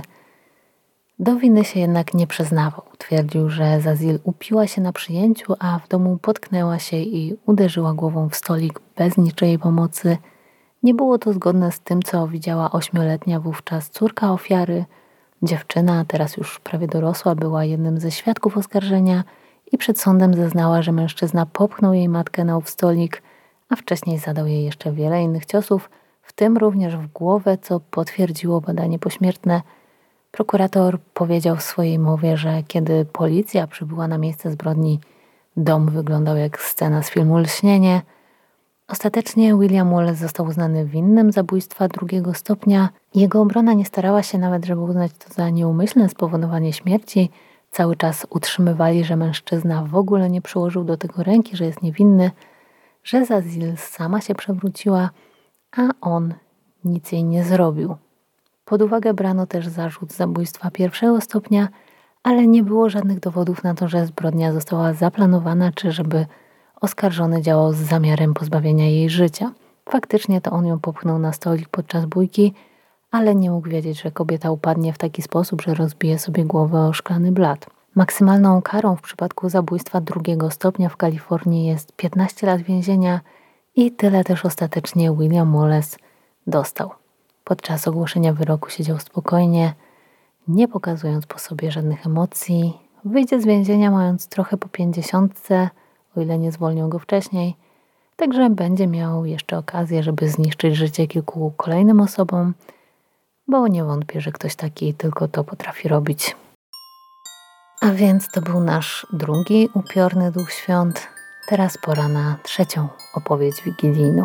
Do winy się jednak nie przyznawał. Twierdził, że Zazil upiła się na przyjęciu, a w domu potknęła się i uderzyła głową w stolik bez niczyjej pomocy. Nie było to zgodne z tym, co widziała ośmioletnia wówczas córka ofiary. Dziewczyna, teraz już prawie dorosła, była jednym ze świadków oskarżenia i przed sądem zeznała, że mężczyzna popchnął jej matkę na ów stolik, a wcześniej zadał jej jeszcze wiele innych ciosów, w tym również w głowę, co potwierdziło badanie pośmiertne. Prokurator powiedział w swojej mowie, że kiedy policja przybyła na miejsce zbrodni, dom wyglądał jak scena z filmu Lśnienie. Ostatecznie William Wallace został uznany winnym zabójstwa drugiego stopnia. Jego obrona nie starała się nawet, żeby uznać to za nieumyślne spowodowanie śmierci. Cały czas utrzymywali, że mężczyzna w ogóle nie przyłożył do tego ręki, że jest niewinny, że Zazil sama się przewróciła, a on nic jej nie zrobił. Pod uwagę brano też zarzut zabójstwa pierwszego stopnia, ale nie było żadnych dowodów na to, że zbrodnia została zaplanowana, czy żeby oskarżony działał z zamiarem pozbawienia jej życia. Faktycznie to on ją popchnął na stolik podczas bójki, ale nie mógł wiedzieć, że kobieta upadnie w taki sposób, że rozbije sobie głowę o szklany blat. Maksymalną karą w przypadku zabójstwa drugiego stopnia w Kalifornii jest piętnaście lat więzienia i tyle też ostatecznie William Wallace dostał. Podczas ogłoszenia wyroku siedział spokojnie, nie pokazując po sobie żadnych emocji. Wyjdzie z więzienia mając trochę po pięćdziesiątce, o ile nie zwolnią go wcześniej. Także będzie miał jeszcze okazję, żeby zniszczyć życie kilku kolejnym osobom, bo nie wątpię, że ktoś taki tylko to potrafi robić. A więc to był nasz drugi upiorny duch świąt. Teraz pora na trzecią opowieść wigilijną.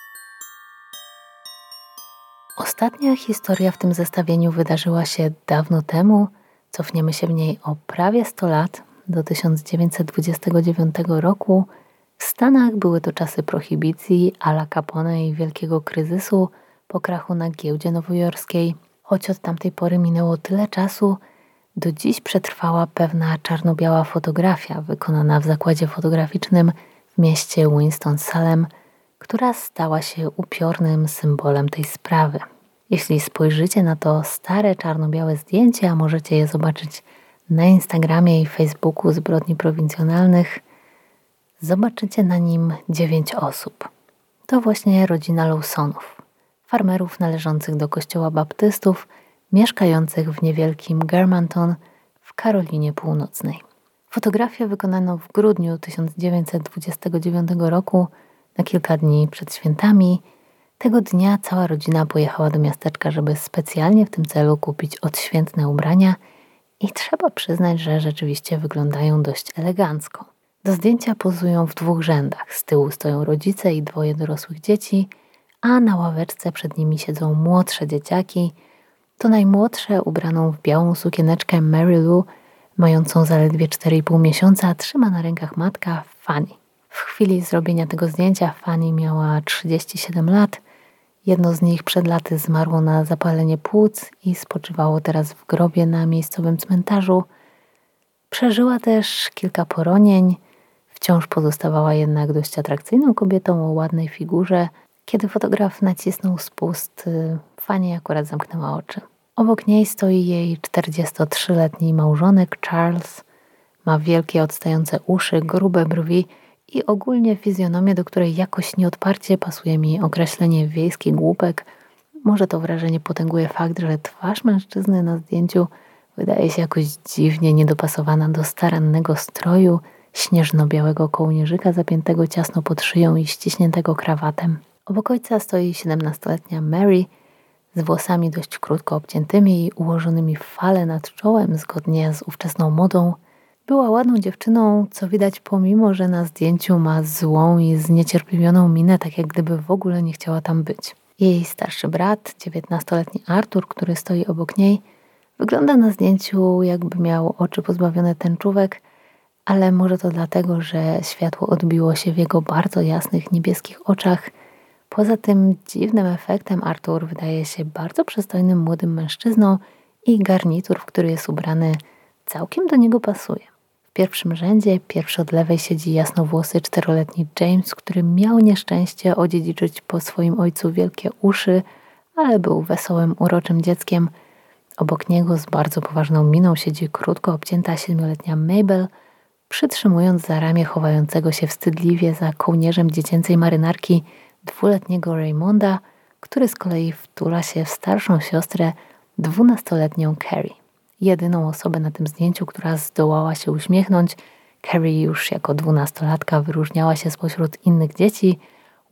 Ostatnia historia w tym zestawieniu wydarzyła się dawno temu. Cofniemy się w niej o prawie sto lat, do tysiąc dziewięćset dwudziestego dziewiątego roku. W Stanach były to czasy prohibicji, Ala Capone i wielkiego kryzysu po krachu na giełdzie nowojorskiej. Choć od tamtej pory minęło tyle czasu, do dziś przetrwała pewna czarno-biała fotografia wykonana w zakładzie fotograficznym w mieście Winston-Salem, która stała się upiornym symbolem tej sprawy. Jeśli spojrzycie na to stare czarno-białe zdjęcie, a możecie je zobaczyć na Instagramie i Facebooku Zbrodni Prowincjonalnych, zobaczycie na nim dziewięć osób. To właśnie rodzina Lawsonów, farmerów należących do kościoła baptystów, mieszkających w niewielkim Germantown w Karolinie Północnej. Fotografię wykonano w grudniu tysiąc dziewięćset dwudziestego dziewiątego roku, na kilka dni przed świętami. Tego dnia cała rodzina pojechała do miasteczka, żeby specjalnie w tym celu kupić odświętne ubrania i trzeba przyznać, że rzeczywiście wyglądają dość elegancko. Do zdjęcia pozują w dwóch rzędach. Z tyłu stoją rodzice i dwoje dorosłych dzieci, a na ławeczce przed nimi siedzą młodsze dzieciaki. To najmłodsze, ubraną w białą sukieneczkę Mary Lou, mającą zaledwie cztery i pół miesiąca, trzyma na rękach matka Fanny. W chwili zrobienia tego zdjęcia Fanny miała trzydzieści siedem lat. Jedno z nich przed laty zmarło na zapalenie płuc i spoczywało teraz w grobie na miejscowym cmentarzu. Przeżyła też kilka poronień. Wciąż pozostawała jednak dość atrakcyjną kobietą o ładnej figurze. Kiedy fotograf nacisnął spust, Fanny akurat zamknęła oczy. Obok niej stoi jej czterdziestotrzyletni małżonek Charles. Ma wielkie odstające uszy, grube brwi i ogólnie fizjonomię, do której jakoś nieodparcie pasuje mi określenie wiejski głupek. Może to wrażenie potęguje fakt, że twarz mężczyzny na zdjęciu wydaje się jakoś dziwnie niedopasowana do starannego stroju, śnieżno-białego kołnierzyka zapiętego ciasno pod szyją i ściśniętego krawatem. Obok ojca stoi siedemnastoletnia Mary z włosami dość krótko obciętymi i ułożonymi w fale nad czołem zgodnie z ówczesną modą. Była ładną dziewczyną, co widać pomimo, że na zdjęciu ma złą i zniecierpliwioną minę, tak jak gdyby w ogóle nie chciała tam być. Jej starszy brat, dziewiętnastoletni Arthur, który stoi obok niej, wygląda na zdjęciu, jakby miał oczy pozbawione tęczówek, ale może to dlatego, że światło odbiło się w jego bardzo jasnych, niebieskich oczach. Poza tym dziwnym efektem Arthur wydaje się bardzo przystojnym młodym mężczyzną i garnitur, w który jest ubrany, całkiem do niego pasuje. W pierwszym rzędzie, pierwszy od lewej, siedzi jasnowłosy czteroletni James, który miał nieszczęście odziedziczyć po swoim ojcu wielkie uszy, ale był wesołym, uroczym dzieckiem. Obok niego z bardzo poważną miną siedzi krótko obcięta siedmioletnia Mabel, przytrzymując za ramię chowającego się wstydliwie za kołnierzem dziecięcej marynarki dwuletniego Raymonda, który z kolei wtula się w starszą siostrę, dwunastoletnią Carrie. Jedyną osobę na tym zdjęciu, która zdołała się uśmiechnąć. Carrie już jako dwunastolatka wyróżniała się spośród innych dzieci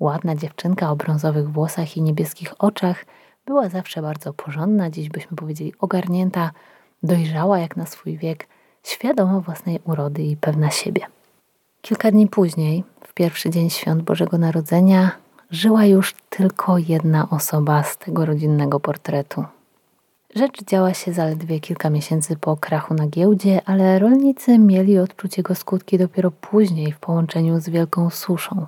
Ładna dziewczynka o brązowych włosach i niebieskich oczach była zawsze bardzo porządna, dziś byśmy powiedzieli ogarnięta, dojrzała jak na swój wiek, świadoma własnej urody i pewna siebie. Kilka dni później, w pierwszy dzień świąt Bożego Narodzenia, żyła już tylko jedna osoba z tego rodzinnego portretu. Rzecz działa się zaledwie kilka miesięcy po krachu na giełdzie, ale rolnicy mieli odczuć jego skutki dopiero później w połączeniu z wielką suszą.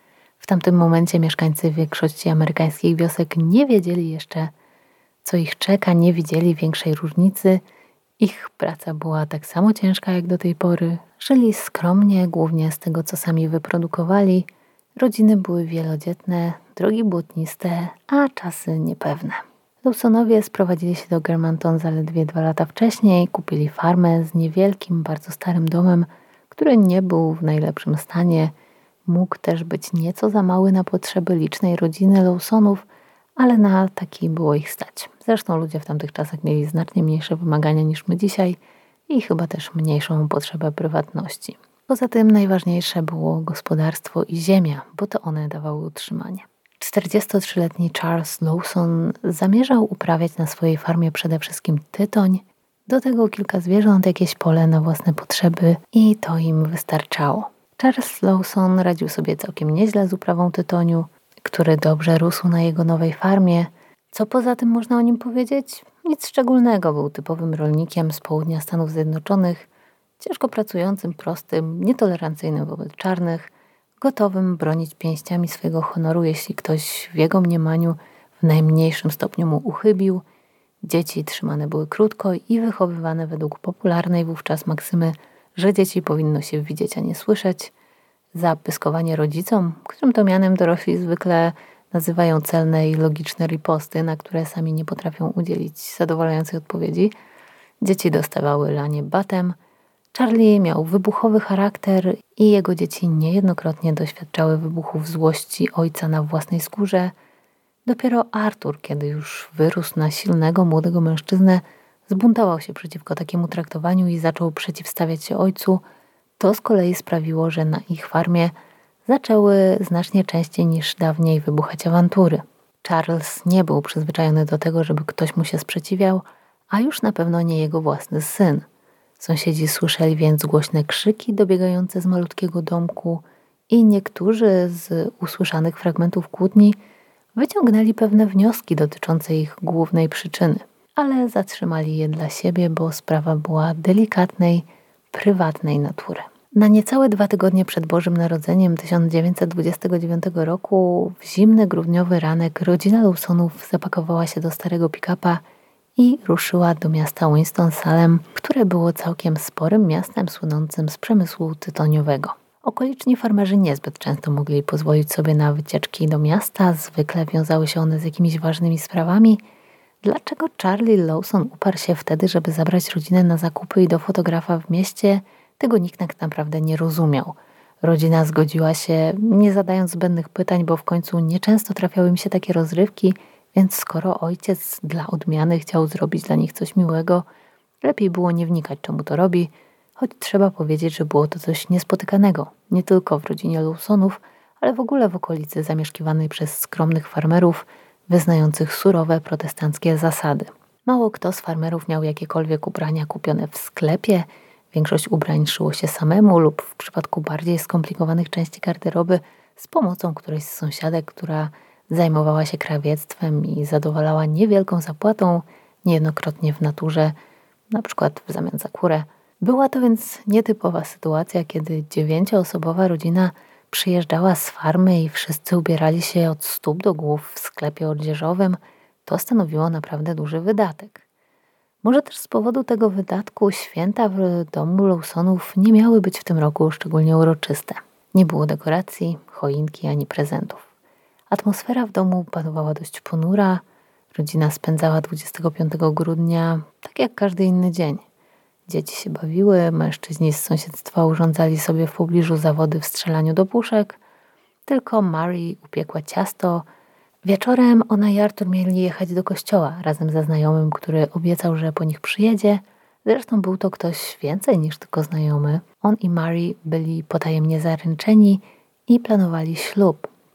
W tamtym momencie mieszkańcy większości amerykańskich wiosek nie wiedzieli jeszcze, co ich czeka, nie widzieli większej różnicy. Ich praca była tak samo ciężka jak do tej pory. Żyli skromnie, głównie z tego, co sami wyprodukowali. Rodziny były wielodzietne, drogi błotniste, a czasy niepewne. Lawsonowie sprowadzili się do Germantown zaledwie dwa lata wcześniej, kupili farmę z niewielkim, bardzo starym domem, który nie był w najlepszym stanie. Mógł też być nieco za mały na potrzeby licznej rodziny Lawsonów, ale na taki było ich stać. Zresztą ludzie w tamtych czasach mieli znacznie mniejsze wymagania niż my dzisiaj i chyba też mniejszą potrzebę prywatności. Poza tym najważniejsze było gospodarstwo i ziemia, bo to one dawały utrzymanie. czterdziestotrzyletni Charles Lawson zamierzał uprawiać na swojej farmie przede wszystkim tytoń, do tego kilka zwierząt, jakieś pole na własne potrzeby i to im wystarczało. Charles Lawson radził sobie całkiem nieźle z uprawą tytoniu, który dobrze rósł na jego nowej farmie. Co poza tym można o nim powiedzieć? Nic szczególnego, był typowym rolnikiem z południa Stanów Zjednoczonych, ciężko pracującym, prostym, nietolerancyjnym wobec czarnych, gotowym bronić pięściami swojego honoru, jeśli ktoś w jego mniemaniu w najmniejszym stopniu mu uchybił. Dzieci trzymane były krótko i wychowywane według popularnej wówczas maksymy, że dzieci powinno się widzieć, a nie słyszeć. Za pyskowanie rodzicom, którym to mianem dorośli zwykle nazywają celne i logiczne riposty, na które sami nie potrafią udzielić zadowalającej odpowiedzi, dzieci dostawały lanie batem. Charlie miał wybuchowy charakter i jego dzieci niejednokrotnie doświadczały wybuchów złości ojca na własnej skórze. Dopiero Arthur, kiedy już wyrósł na silnego, młodego mężczyznę, zbuntował się przeciwko takiemu traktowaniu i zaczął przeciwstawiać się ojcu. To z kolei sprawiło, że na ich farmie zaczęły znacznie częściej niż dawniej wybuchać awantury. Charles nie był przyzwyczajony do tego, żeby ktoś mu się sprzeciwiał, a już na pewno nie jego własny syn. Sąsiedzi słyszeli więc głośne krzyki dobiegające z malutkiego domku i niektórzy z usłyszanych fragmentów kłótni wyciągnęli pewne wnioski dotyczące ich głównej przyczyny, ale zatrzymali je dla siebie, bo sprawa była delikatnej, prywatnej natury. Na niecałe dwa tygodnie przed Bożym Narodzeniem tysiąc dziewięćset dwudziestego dziewiątego roku w zimny grudniowy ranek rodzina Lawsonów zapakowała się do starego pick-upa i ruszyła do miasta Winston-Salem, które było całkiem sporym miastem słynącym z przemysłu tytoniowego. Okoliczni farmerzy niezbyt często mogli pozwolić sobie na wycieczki do miasta, zwykle wiązały się one z jakimiś ważnymi sprawami. Dlaczego Charlie Lawson uparł się wtedy, żeby zabrać rodzinę na zakupy i do fotografa w mieście, tego nikt tak naprawdę nie rozumiał. Rodzina zgodziła się, nie zadając zbędnych pytań, bo w końcu nieczęsto trafiały mi się takie rozrywki, więc skoro ojciec dla odmiany chciał zrobić dla nich coś miłego, lepiej było nie wnikać, czemu to robi, choć trzeba powiedzieć, że było to coś niespotykanego, nie tylko w rodzinie Lawsonów, ale w ogóle w okolicy zamieszkiwanej przez skromnych farmerów wyznających surowe protestanckie zasady. Mało kto z farmerów miał jakiekolwiek ubrania kupione w sklepie, większość ubrań szyło się samemu lub w przypadku bardziej skomplikowanych części garderoby z pomocą którejś z sąsiadek, która zajmowała się krawiectwem i zadowalała niewielką zapłatą, niejednokrotnie w naturze, na przykład w zamian za kurę. Była to więc nietypowa sytuacja, kiedy dziewięcioosobowa rodzina przyjeżdżała z farmy i wszyscy ubierali się od stóp do głów w sklepie odzieżowym. To stanowiło naprawdę duży wydatek. Może też z powodu tego wydatku święta w domu Lawsonów nie miały być w tym roku szczególnie uroczyste. Nie było dekoracji, choinki ani prezentów. Atmosfera w domu panowała dość ponura. Rodzina spędzała dwudziestego piątego grudnia tak jak każdy inny dzień. Dzieci się bawiły, mężczyźni z sąsiedztwa urządzali sobie w pobliżu zawody w strzelaniu do puszek. Tylko Mary upiekła ciasto. Wieczorem ona i Arthur mieli jechać do kościoła razem ze znajomym, który obiecał, że po nich przyjedzie. Zresztą był to ktoś więcej niż tylko znajomy. On i Mary byli potajemnie zaręczeni i planowali ślub.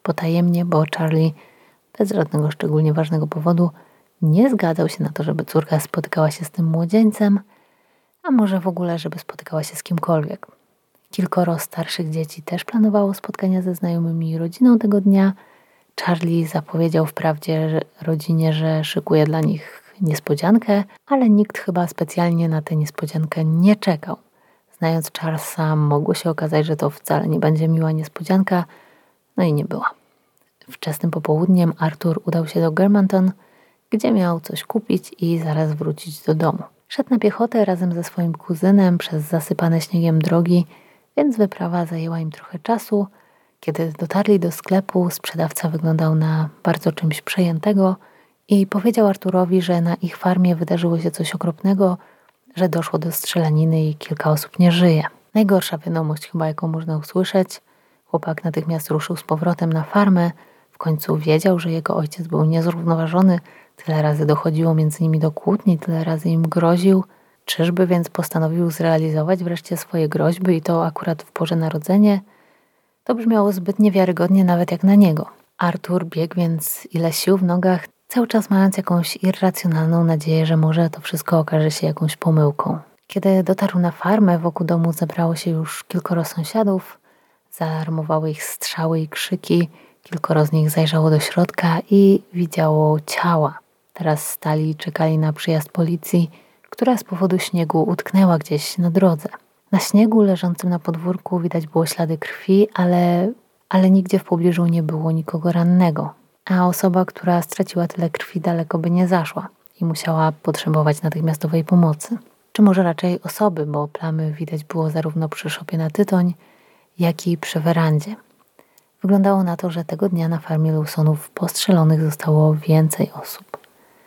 potajemnie, bo Charlie bez żadnego szczególnie ważnego powodu nie zgadzał się na to, żeby córka spotykała się z tym młodzieńcem, a może w ogóle, żeby spotykała się z kimkolwiek. Kilkoro starszych dzieci też planowało spotkania ze znajomymi i rodziną tego dnia. Charlie zapowiedział wprawdzie rodzinie, że szykuje dla nich niespodziankę, ale nikt chyba specjalnie na tę niespodziankę nie czekał. Znając Charlesa, mogło się okazać, że to wcale nie będzie miła niespodzianka, no i nie była. Wczesnym popołudniem Arthur udał się do Germantown, gdzie miał coś kupić i zaraz wrócić do domu. Szedł na piechotę razem ze swoim kuzynem przez zasypane śniegiem drogi, więc wyprawa zajęła im trochę czasu. Kiedy dotarli do sklepu, sprzedawca wyglądał na bardzo czymś przejętego i powiedział Arturowi, że na ich farmie wydarzyło się coś okropnego, że doszło do strzelaniny i kilka osób nie żyje. Najgorsza wiadomość chyba, jaką można usłyszeć. Chłopak natychmiast ruszył z powrotem na farmę. W końcu wiedział, że jego ojciec był niezrównoważony. Tyle razy dochodziło między nimi do kłótni, tyle razy im groził. Czyżby więc postanowił zrealizować wreszcie swoje groźby i to akurat w Boże Narodzenie? To brzmiało zbyt niewiarygodnie nawet jak na niego. Arthur biegł więc ile sił w nogach, cały czas mając jakąś irracjonalną nadzieję, że może to wszystko okaże się jakąś pomyłką. Kiedy dotarł na farmę, wokół domu zebrało się już kilkoro sąsiadów. Zaalarmowały ich strzały i krzyki. Kilkoro z nich zajrzało do środka i widziało ciała. Teraz stali i czekali na przyjazd policji, która z powodu śniegu utknęła gdzieś na drodze. Na śniegu leżącym na podwórku widać było ślady krwi, ale, ale nigdzie w pobliżu nie było nikogo rannego. A osoba, która straciła tyle krwi, daleko by nie zaszła i musiała potrzebować natychmiastowej pomocy. Czy może raczej osoby, bo plamy widać było zarówno przy szopie na tytoń, jak i przy werandzie. Wyglądało na to, że tego dnia na farmie Lawsonów postrzelonych zostało więcej osób.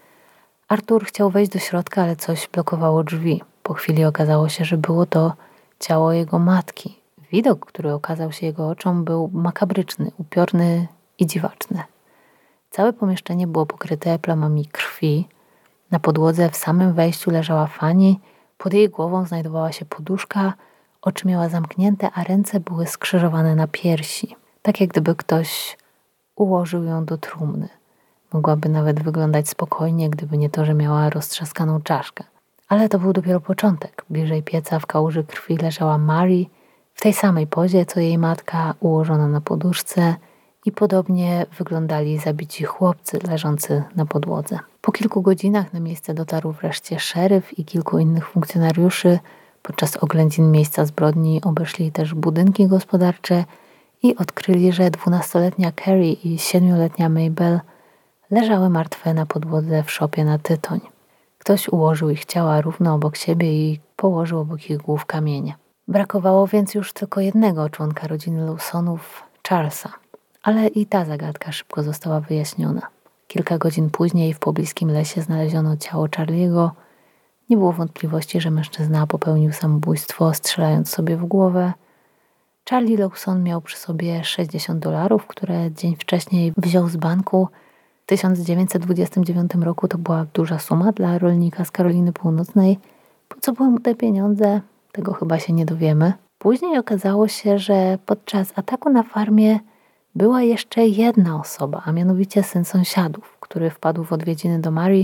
Arthur chciał wejść do środka, ale coś blokowało drzwi. Po chwili okazało się, że było to ciało jego matki. Widok, który okazał się jego oczom, był makabryczny, upiorny i dziwaczny. Całe pomieszczenie było pokryte plamami krwi. Na podłodze w samym wejściu leżała Fanny, pod jej głową znajdowała się poduszka, oczy miała zamknięte, a ręce były skrzyżowane na piersi. Tak jak gdyby ktoś ułożył ją do trumny. Mogłaby nawet wyglądać spokojnie, gdyby nie to, że miała roztrzaskaną czaszkę. Ale to był dopiero początek. Bliżej pieca w kałuży krwi leżała Mary, w tej samej pozie, co jej matka, ułożona na poduszce, i podobnie wyglądali zabici chłopcy leżący na podłodze. Po kilku godzinach na miejsce dotarł wreszcie szeryf i kilku innych funkcjonariuszy. Podczas oględzin miejsca zbrodni obeszli też budynki gospodarcze i odkryli, że dwunastoletnia Carrie i siedmioletnia Mabel leżały martwe na podłodze w szopie na tytoń. Ktoś ułożył ich ciała równo obok siebie i położył obok ich głów kamienie. Brakowało więc już tylko jednego członka rodziny Lawsonów, Charlesa. Ale i ta zagadka szybko została wyjaśniona. Kilka godzin później w pobliskim lesie znaleziono ciało Charliego. Nie było wątpliwości, że mężczyzna popełnił samobójstwo, strzelając sobie w głowę. Charlie Lawson miał przy sobie sześćdziesiąt dolarów, które dzień wcześniej wziął z banku. W tysiąc dziewięćset dwudziestym dziewiątym roku to była duża suma dla rolnika z Karoliny Północnej. Po co były mu te pieniądze? Tego chyba się nie dowiemy. Później okazało się, że podczas ataku na farmie była jeszcze jedna osoba, a mianowicie syn sąsiadów, który wpadł w odwiedziny do Mary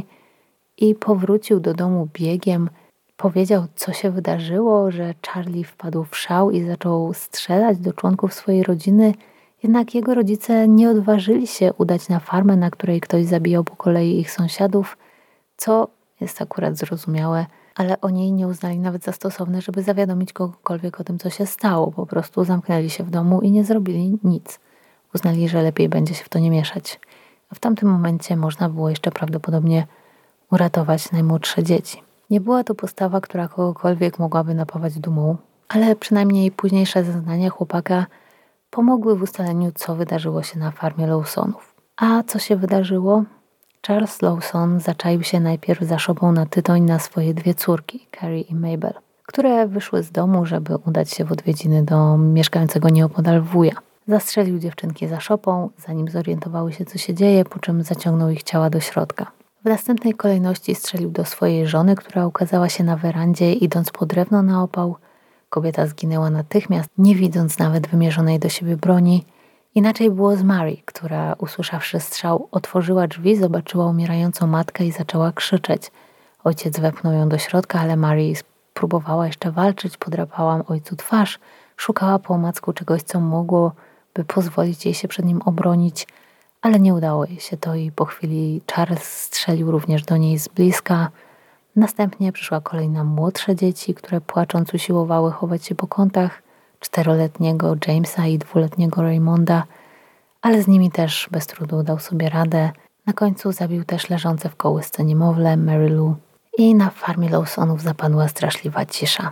i powrócił do domu biegiem. Powiedział, co się wydarzyło, że Charlie wpadł w szał i zaczął strzelać do członków swojej rodziny, jednak jego rodzice nie odważyli się udać na farmę, na której ktoś zabijał po kolei ich sąsiadów, co jest akurat zrozumiałe, ale oni jej nie uznali nawet za stosowne, żeby zawiadomić kogokolwiek o tym, co się stało. Po prostu zamknęli się w domu i nie zrobili nic. Uznali, że lepiej będzie się w to nie mieszać. A w tamtym momencie można było jeszcze prawdopodobnie uratować najmłodsze dzieci. Nie była to postawa, która kogokolwiek mogłaby napawać dumą, ale przynajmniej późniejsze zeznania chłopaka pomogły w ustaleniu, co wydarzyło się na farmie Lawsonów. A co się wydarzyło? Charles Lawson zaczaił się najpierw za szopą na tytoń na swoje dwie córki, Carrie i Mabel, które wyszły z domu, żeby udać się w odwiedziny do mieszkającego nieopodal wuja. Zastrzelił dziewczynki za szopą, zanim zorientowały się, co się dzieje, po czym zaciągnął ich ciała do środka. W następnej kolejności strzelił do swojej żony, która ukazała się na werandzie, idąc po drewno na opał. Kobieta zginęła natychmiast, nie widząc nawet wymierzonej do siebie broni Inaczej było z Mary, która usłyszawszy strzał, otworzyła drzwi, zobaczyła umierającą matkę i zaczęła krzyczeć. Ojciec wepchnął ją do środka, ale Mary próbowała jeszcze walczyć, podrapała ojcu twarz, szukała po omacku czegoś, co mogło by pozwolić jej się przed nim obronić, ale nie udało jej się to i po chwili Charles strzelił również do niej z bliska. Następnie przyszła kolej na młodsze dzieci, które płacząc usiłowały chować się po kątach, czteroletniego Jamesa i dwuletniego Raymonda, ale z nimi też bez trudu dał sobie radę. Na końcu zabił też leżące w kołysce niemowlę Mary Lou i na farmie Lawsonów zapadła straszliwa cisza.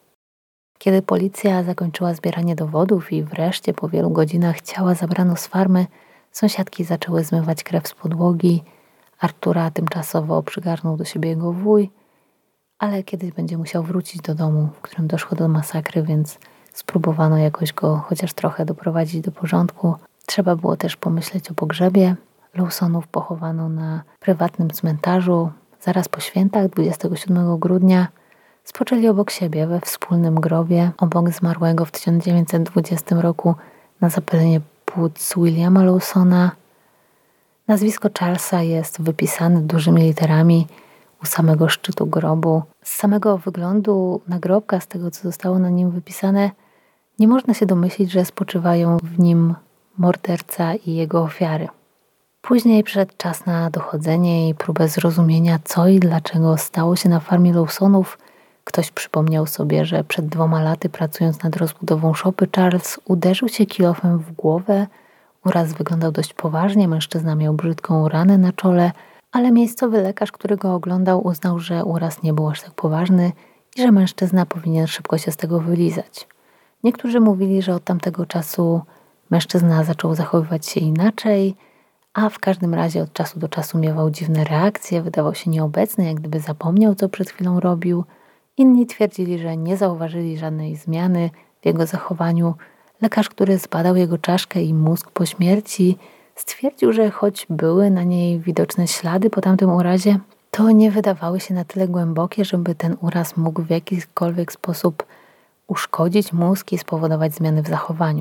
Kiedy policja zakończyła zbieranie dowodów i wreszcie po wielu godzinach ciała zabrano z farmy, sąsiadki zaczęły zmywać krew z podłogi. Artura tymczasowo przygarnął do siebie jego wuj, ale kiedyś będzie musiał wrócić do domu, w którym doszło do masakry, więc spróbowano jakoś go chociaż trochę doprowadzić do porządku. Trzeba było też pomyśleć o pogrzebie. Lawsonów pochowano na prywatnym cmentarzu. Zaraz po świętach, dwudziestego siódmego grudnia, spoczęli obok siebie we wspólnym grobie, obok zmarłego w tysiąc dziewięćset dwudziestym roku na zapalenie płuc Williama Lawsona. Nazwisko Charlesa jest wypisane dużymi literami u samego szczytu grobu. Z samego wyglądu nagrobka, z tego co zostało na nim wypisane, nie można się domyślić, że spoczywają w nim morderca i jego ofiary. Później przyszedł czas na dochodzenie i próbę zrozumienia, co i dlaczego stało się na farmie Lawsonów. Ktoś przypomniał sobie, że przed dwoma laty, pracując nad rozbudową szopy, Charles uderzył się kilofem w głowę. Uraz wyglądał dość poważnie, mężczyzna miał brzydką ranę na czole, ale miejscowy lekarz, który go oglądał, uznał, że uraz nie był aż tak poważny i że mężczyzna powinien szybko się z tego wylizać. Niektórzy mówili, że od tamtego czasu mężczyzna zaczął zachowywać się inaczej, a w każdym razie od czasu do czasu miewał dziwne reakcje, wydawał się nieobecny, jak gdyby zapomniał, co przed chwilą robił. Inni twierdzili, że nie zauważyli żadnej zmiany w jego zachowaniu. Lekarz, który zbadał jego czaszkę i mózg po śmierci, stwierdził, że choć były na niej widoczne ślady po tamtym urazie, to nie wydawały się na tyle głębokie, żeby ten uraz mógł w jakikolwiek sposób uszkodzić mózg i spowodować zmiany w zachowaniu.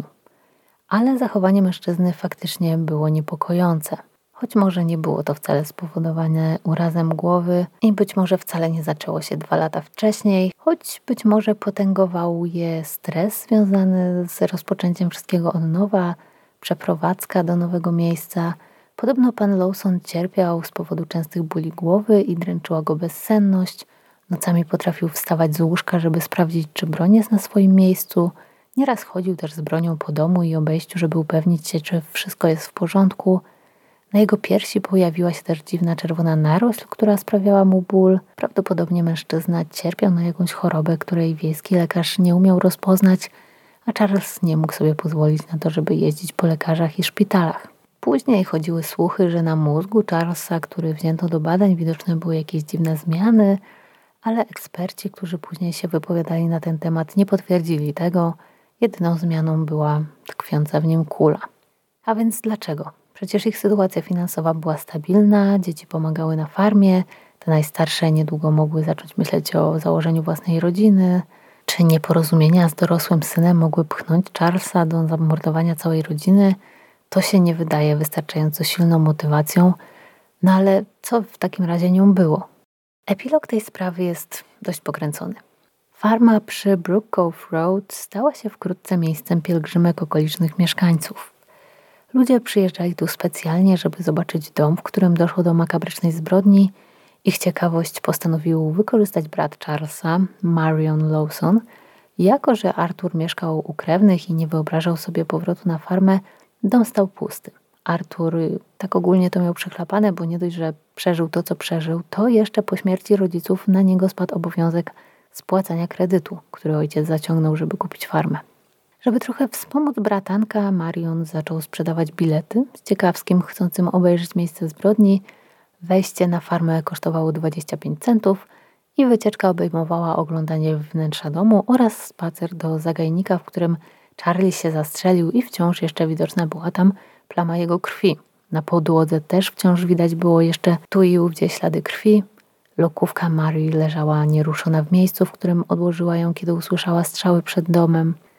Ale zachowanie mężczyzny faktycznie było niepokojące. Choć może nie było to wcale spowodowane urazem głowy i być może wcale nie zaczęło się dwa lata wcześniej, choć być może potęgował je stres związany z rozpoczęciem wszystkiego od nowa, przeprowadzka do nowego miejsca. Podobno pan Lawson cierpiał z powodu częstych bóli głowy i dręczyła go bezsenność. Nocami potrafił wstawać z łóżka, żeby sprawdzić, czy broń jest na swoim miejscu. Nieraz chodził też z bronią po domu i obejściu, żeby upewnić się, czy wszystko jest w porządku. Na jego piersi pojawiła się też dziwna czerwona narośl, która sprawiała mu ból. Prawdopodobnie mężczyzna cierpiał na jakąś chorobę, której wiejski lekarz nie umiał rozpoznać, a Charles nie mógł sobie pozwolić na to, żeby jeździć po lekarzach i szpitalach. Później chodziły słuchy, że na mózgu Charlesa, który wzięto do badań, widoczne były jakieś dziwne zmiany, ale eksperci, którzy później się wypowiadali na ten temat, nie potwierdzili tego. Jedyną zmianą była tkwiąca w nim kula. A więc dlaczego? Przecież ich sytuacja finansowa była stabilna, dzieci pomagały na farmie, te najstarsze niedługo mogły zacząć myśleć o założeniu własnej rodziny. Czy nieporozumienia z dorosłym synem mogły pchnąć Charlesa do zamordowania całej rodziny? To się nie wydaje wystarczająco silną motywacją, no ale co w takim razie nią było? Epilog tej sprawy jest dość pokręcony. Farma przy Brook Cove Road stała się wkrótce miejscem pielgrzymek okolicznych mieszkańców. Ludzie przyjeżdżali tu specjalnie, żeby zobaczyć dom, w którym doszło do makabrycznej zbrodni. Ich ciekawość postanowił wykorzystać brat Charlesa, Marion Lawson. Jako że Arthur mieszkał u krewnych i nie wyobrażał sobie powrotu na farmę, dom stał pusty. Arthur tak ogólnie to miał przechlapane, bo nie dość, że przeżył to, co przeżył, to jeszcze po śmierci rodziców na niego spadł obowiązek spłacania kredytu, który ojciec zaciągnął, żeby kupić farmę. Żeby trochę wspomóc bratanka, Marion zaczął sprzedawać bilety z ciekawskim, chcącym obejrzeć miejsce zbrodni. Wejście na farmę kosztowało dwadzieścia pięć centów i wycieczka obejmowała oglądanie wnętrza domu oraz spacer do zagajnika, w którym Charlie się zastrzelił i wciąż jeszcze widoczna była tam plama jego krwi. Na podłodze też wciąż widać było jeszcze tu i ówdzie ślady krwi. Lokówka Mary leżała nieruszona w miejscu, w którym odłożyła ją, kiedy usłyszała strzały przed domem.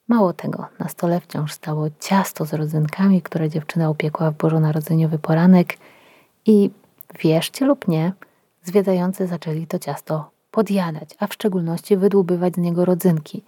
Mało tego, na stole wciąż stało ciasto z rodzynkami, które dziewczyna upiekła w bożonarodzeniowy poranek i wierzcie lub nie, zwiedzający zaczęli to ciasto podjadać, a w szczególności wydłubywać z niego rodzynki.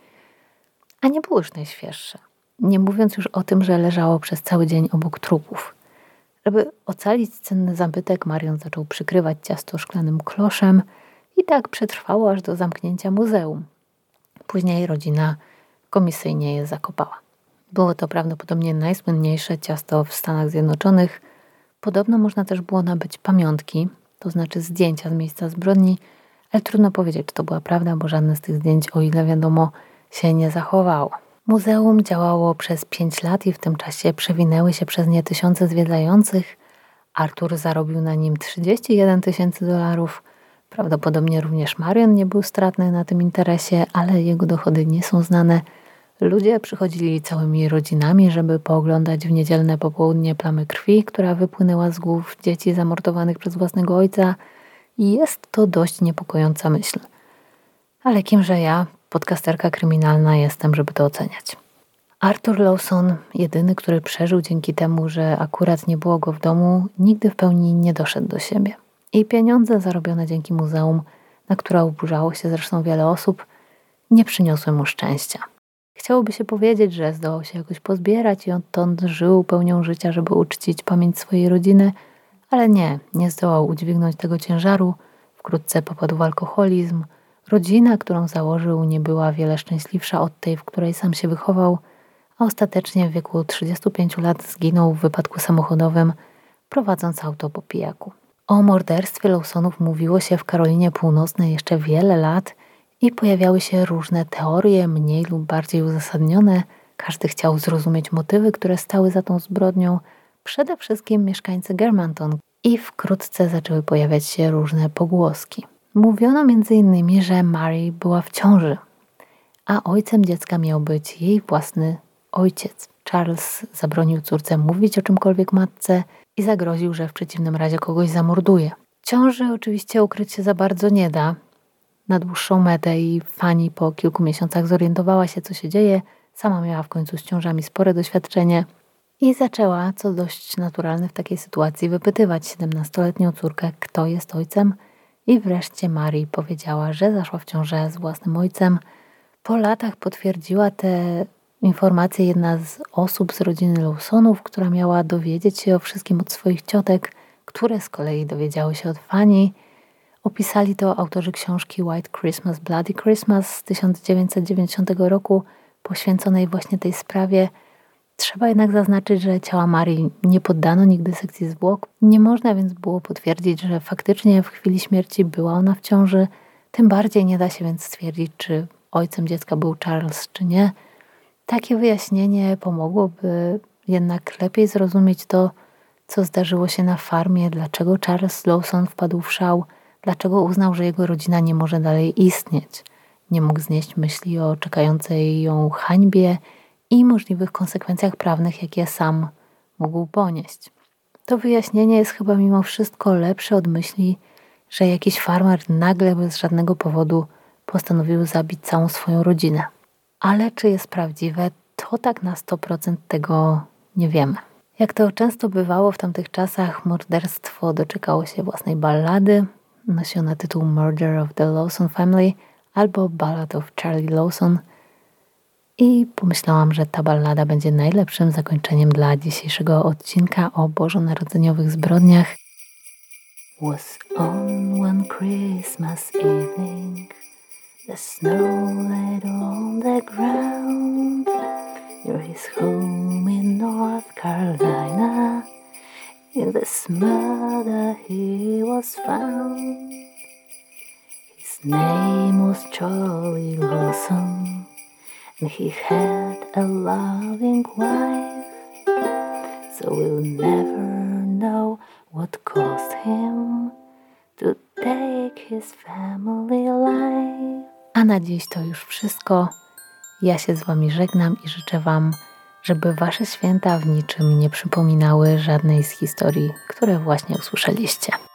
A nie było już najświeższe. Nie mówiąc już o tym, że leżało przez cały dzień obok trupów. Żeby ocalić cenny zabytek, Marion zaczął przykrywać ciasto szklanym kloszem i tak przetrwało aż do zamknięcia muzeum. Później rodzina komisyjnie je zakopała. Było to prawdopodobnie najsłynniejsze ciasto w Stanach Zjednoczonych. Podobno można też było nabyć pamiątki, to znaczy zdjęcia z miejsca zbrodni, ale trudno powiedzieć, czy to była prawda, bo żadne z tych zdjęć, o ile wiadomo, się nie zachowało. Muzeum działało przez pięć lat i w tym czasie przewinęły się przez nie tysiące zwiedzających. Artur zarobił na nim trzydzieści jeden tysięcy dolarów. Prawdopodobnie również Marion nie był stratny na tym interesie, ale jego dochody nie są znane. Ludzie przychodzili całymi rodzinami, żeby pooglądać w niedzielne popołudnie plamę krwi, która wypłynęła z głów dzieci zamordowanych przez własnego ojca. I jest to dość niepokojąca myśl. Ale kimże ja, podcasterka kryminalna, jestem, żeby to oceniać. Artur Lawson, jedyny, który przeżył dzięki temu, że akurat nie było go w domu, nigdy w pełni nie doszedł do siebie. I pieniądze zarobione dzięki muzeum, na które oburzało się zresztą wiele osób, nie przyniosły mu szczęścia. Chciałoby się powiedzieć, że zdołał się jakoś pozbierać i odtąd żył pełnią życia, żeby uczcić pamięć swojej rodziny, ale nie, nie zdołał udźwignąć tego ciężaru. Wkrótce popadł w alkoholizm. Rodzina, którą założył, nie była wiele szczęśliwsza od tej, w której sam się wychował, a ostatecznie w wieku trzydziestu pięciu lat zginął w wypadku samochodowym, prowadząc auto po pijaku. O morderstwie Lawsonów mówiło się w Karolinie Północnej jeszcze wiele lat i pojawiały się różne teorie, mniej lub bardziej uzasadnione. Każdy chciał zrozumieć motywy, które stały za tą zbrodnią, przede wszystkim mieszkańcy Germantown, i wkrótce zaczęły pojawiać się różne pogłoski. Mówiono między innymi, że Mary była w ciąży, a ojcem dziecka miał być jej własny ojciec. Charles zabronił córce mówić o czymkolwiek matce i zagroził, że w przeciwnym razie kogoś zamorduje. Ciąży oczywiście ukryć się za bardzo nie da. Na dłuższą metę i Fanny po kilku miesiącach zorientowała się, co się dzieje. Sama miała w końcu z ciążami spore doświadczenie i zaczęła, co dość naturalne w takiej sytuacji, wypytywać siedemnastoletnią córkę, kto jest ojcem. I wreszcie Mary powiedziała, że zaszła w ciążę z własnym ojcem. Po latach potwierdziła te informacje jedna z osób z rodziny Lawsonów, która miała dowiedzieć się o wszystkim od swoich ciotek, które z kolei dowiedziały się od Fanny. Opisali to autorzy książki White Christmas, Bloody Christmas z tysiąc dziewięćset dziewięćdziesiątego roku, poświęconej właśnie tej sprawie. Trzeba jednak zaznaczyć, że ciała Mary nie poddano nigdy sekcji zwłok. Nie można więc było potwierdzić, że faktycznie w chwili śmierci była ona w ciąży. Tym bardziej nie da się więc stwierdzić, czy ojcem dziecka był Charles, czy nie. Takie wyjaśnienie pomogłoby jednak lepiej zrozumieć to, co zdarzyło się na farmie, dlaczego Charles Lawson wpadł w szał, dlaczego uznał, że jego rodzina nie może dalej istnieć. Nie mógł znieść myśli o czekającej ją hańbie i możliwych konsekwencjach prawnych, jakie sam mógł ponieść. To wyjaśnienie jest chyba mimo wszystko lepsze od myśli, że jakiś farmer nagle bez żadnego powodu postanowił zabić całą swoją rodzinę. Ale czy jest prawdziwe, to tak na sto procent tego nie wiemy. Jak to często bywało w tamtych czasach, morderstwo doczekało się własnej ballady. Nosi ona tytuł Murder of the Lawson Family albo Ballad of Charlie Lawson. I pomyślałam, że ta ballada będzie najlepszym zakończeniem dla dzisiejszego odcinka o bożonarodzeniowych zbrodniach. Was on one Christmas evening, the snow laid on the ground, near his home in North Carolina, in the smother he was found. His name was Charlie Lawson, and he had a loving wife, so we'll never know what caused him to take his family life. A na dziś to już wszystko. Ja się z wami żegnam i życzę wam, żeby wasze święta w niczym nie przypominały żadnej z historii, które właśnie usłyszeliście.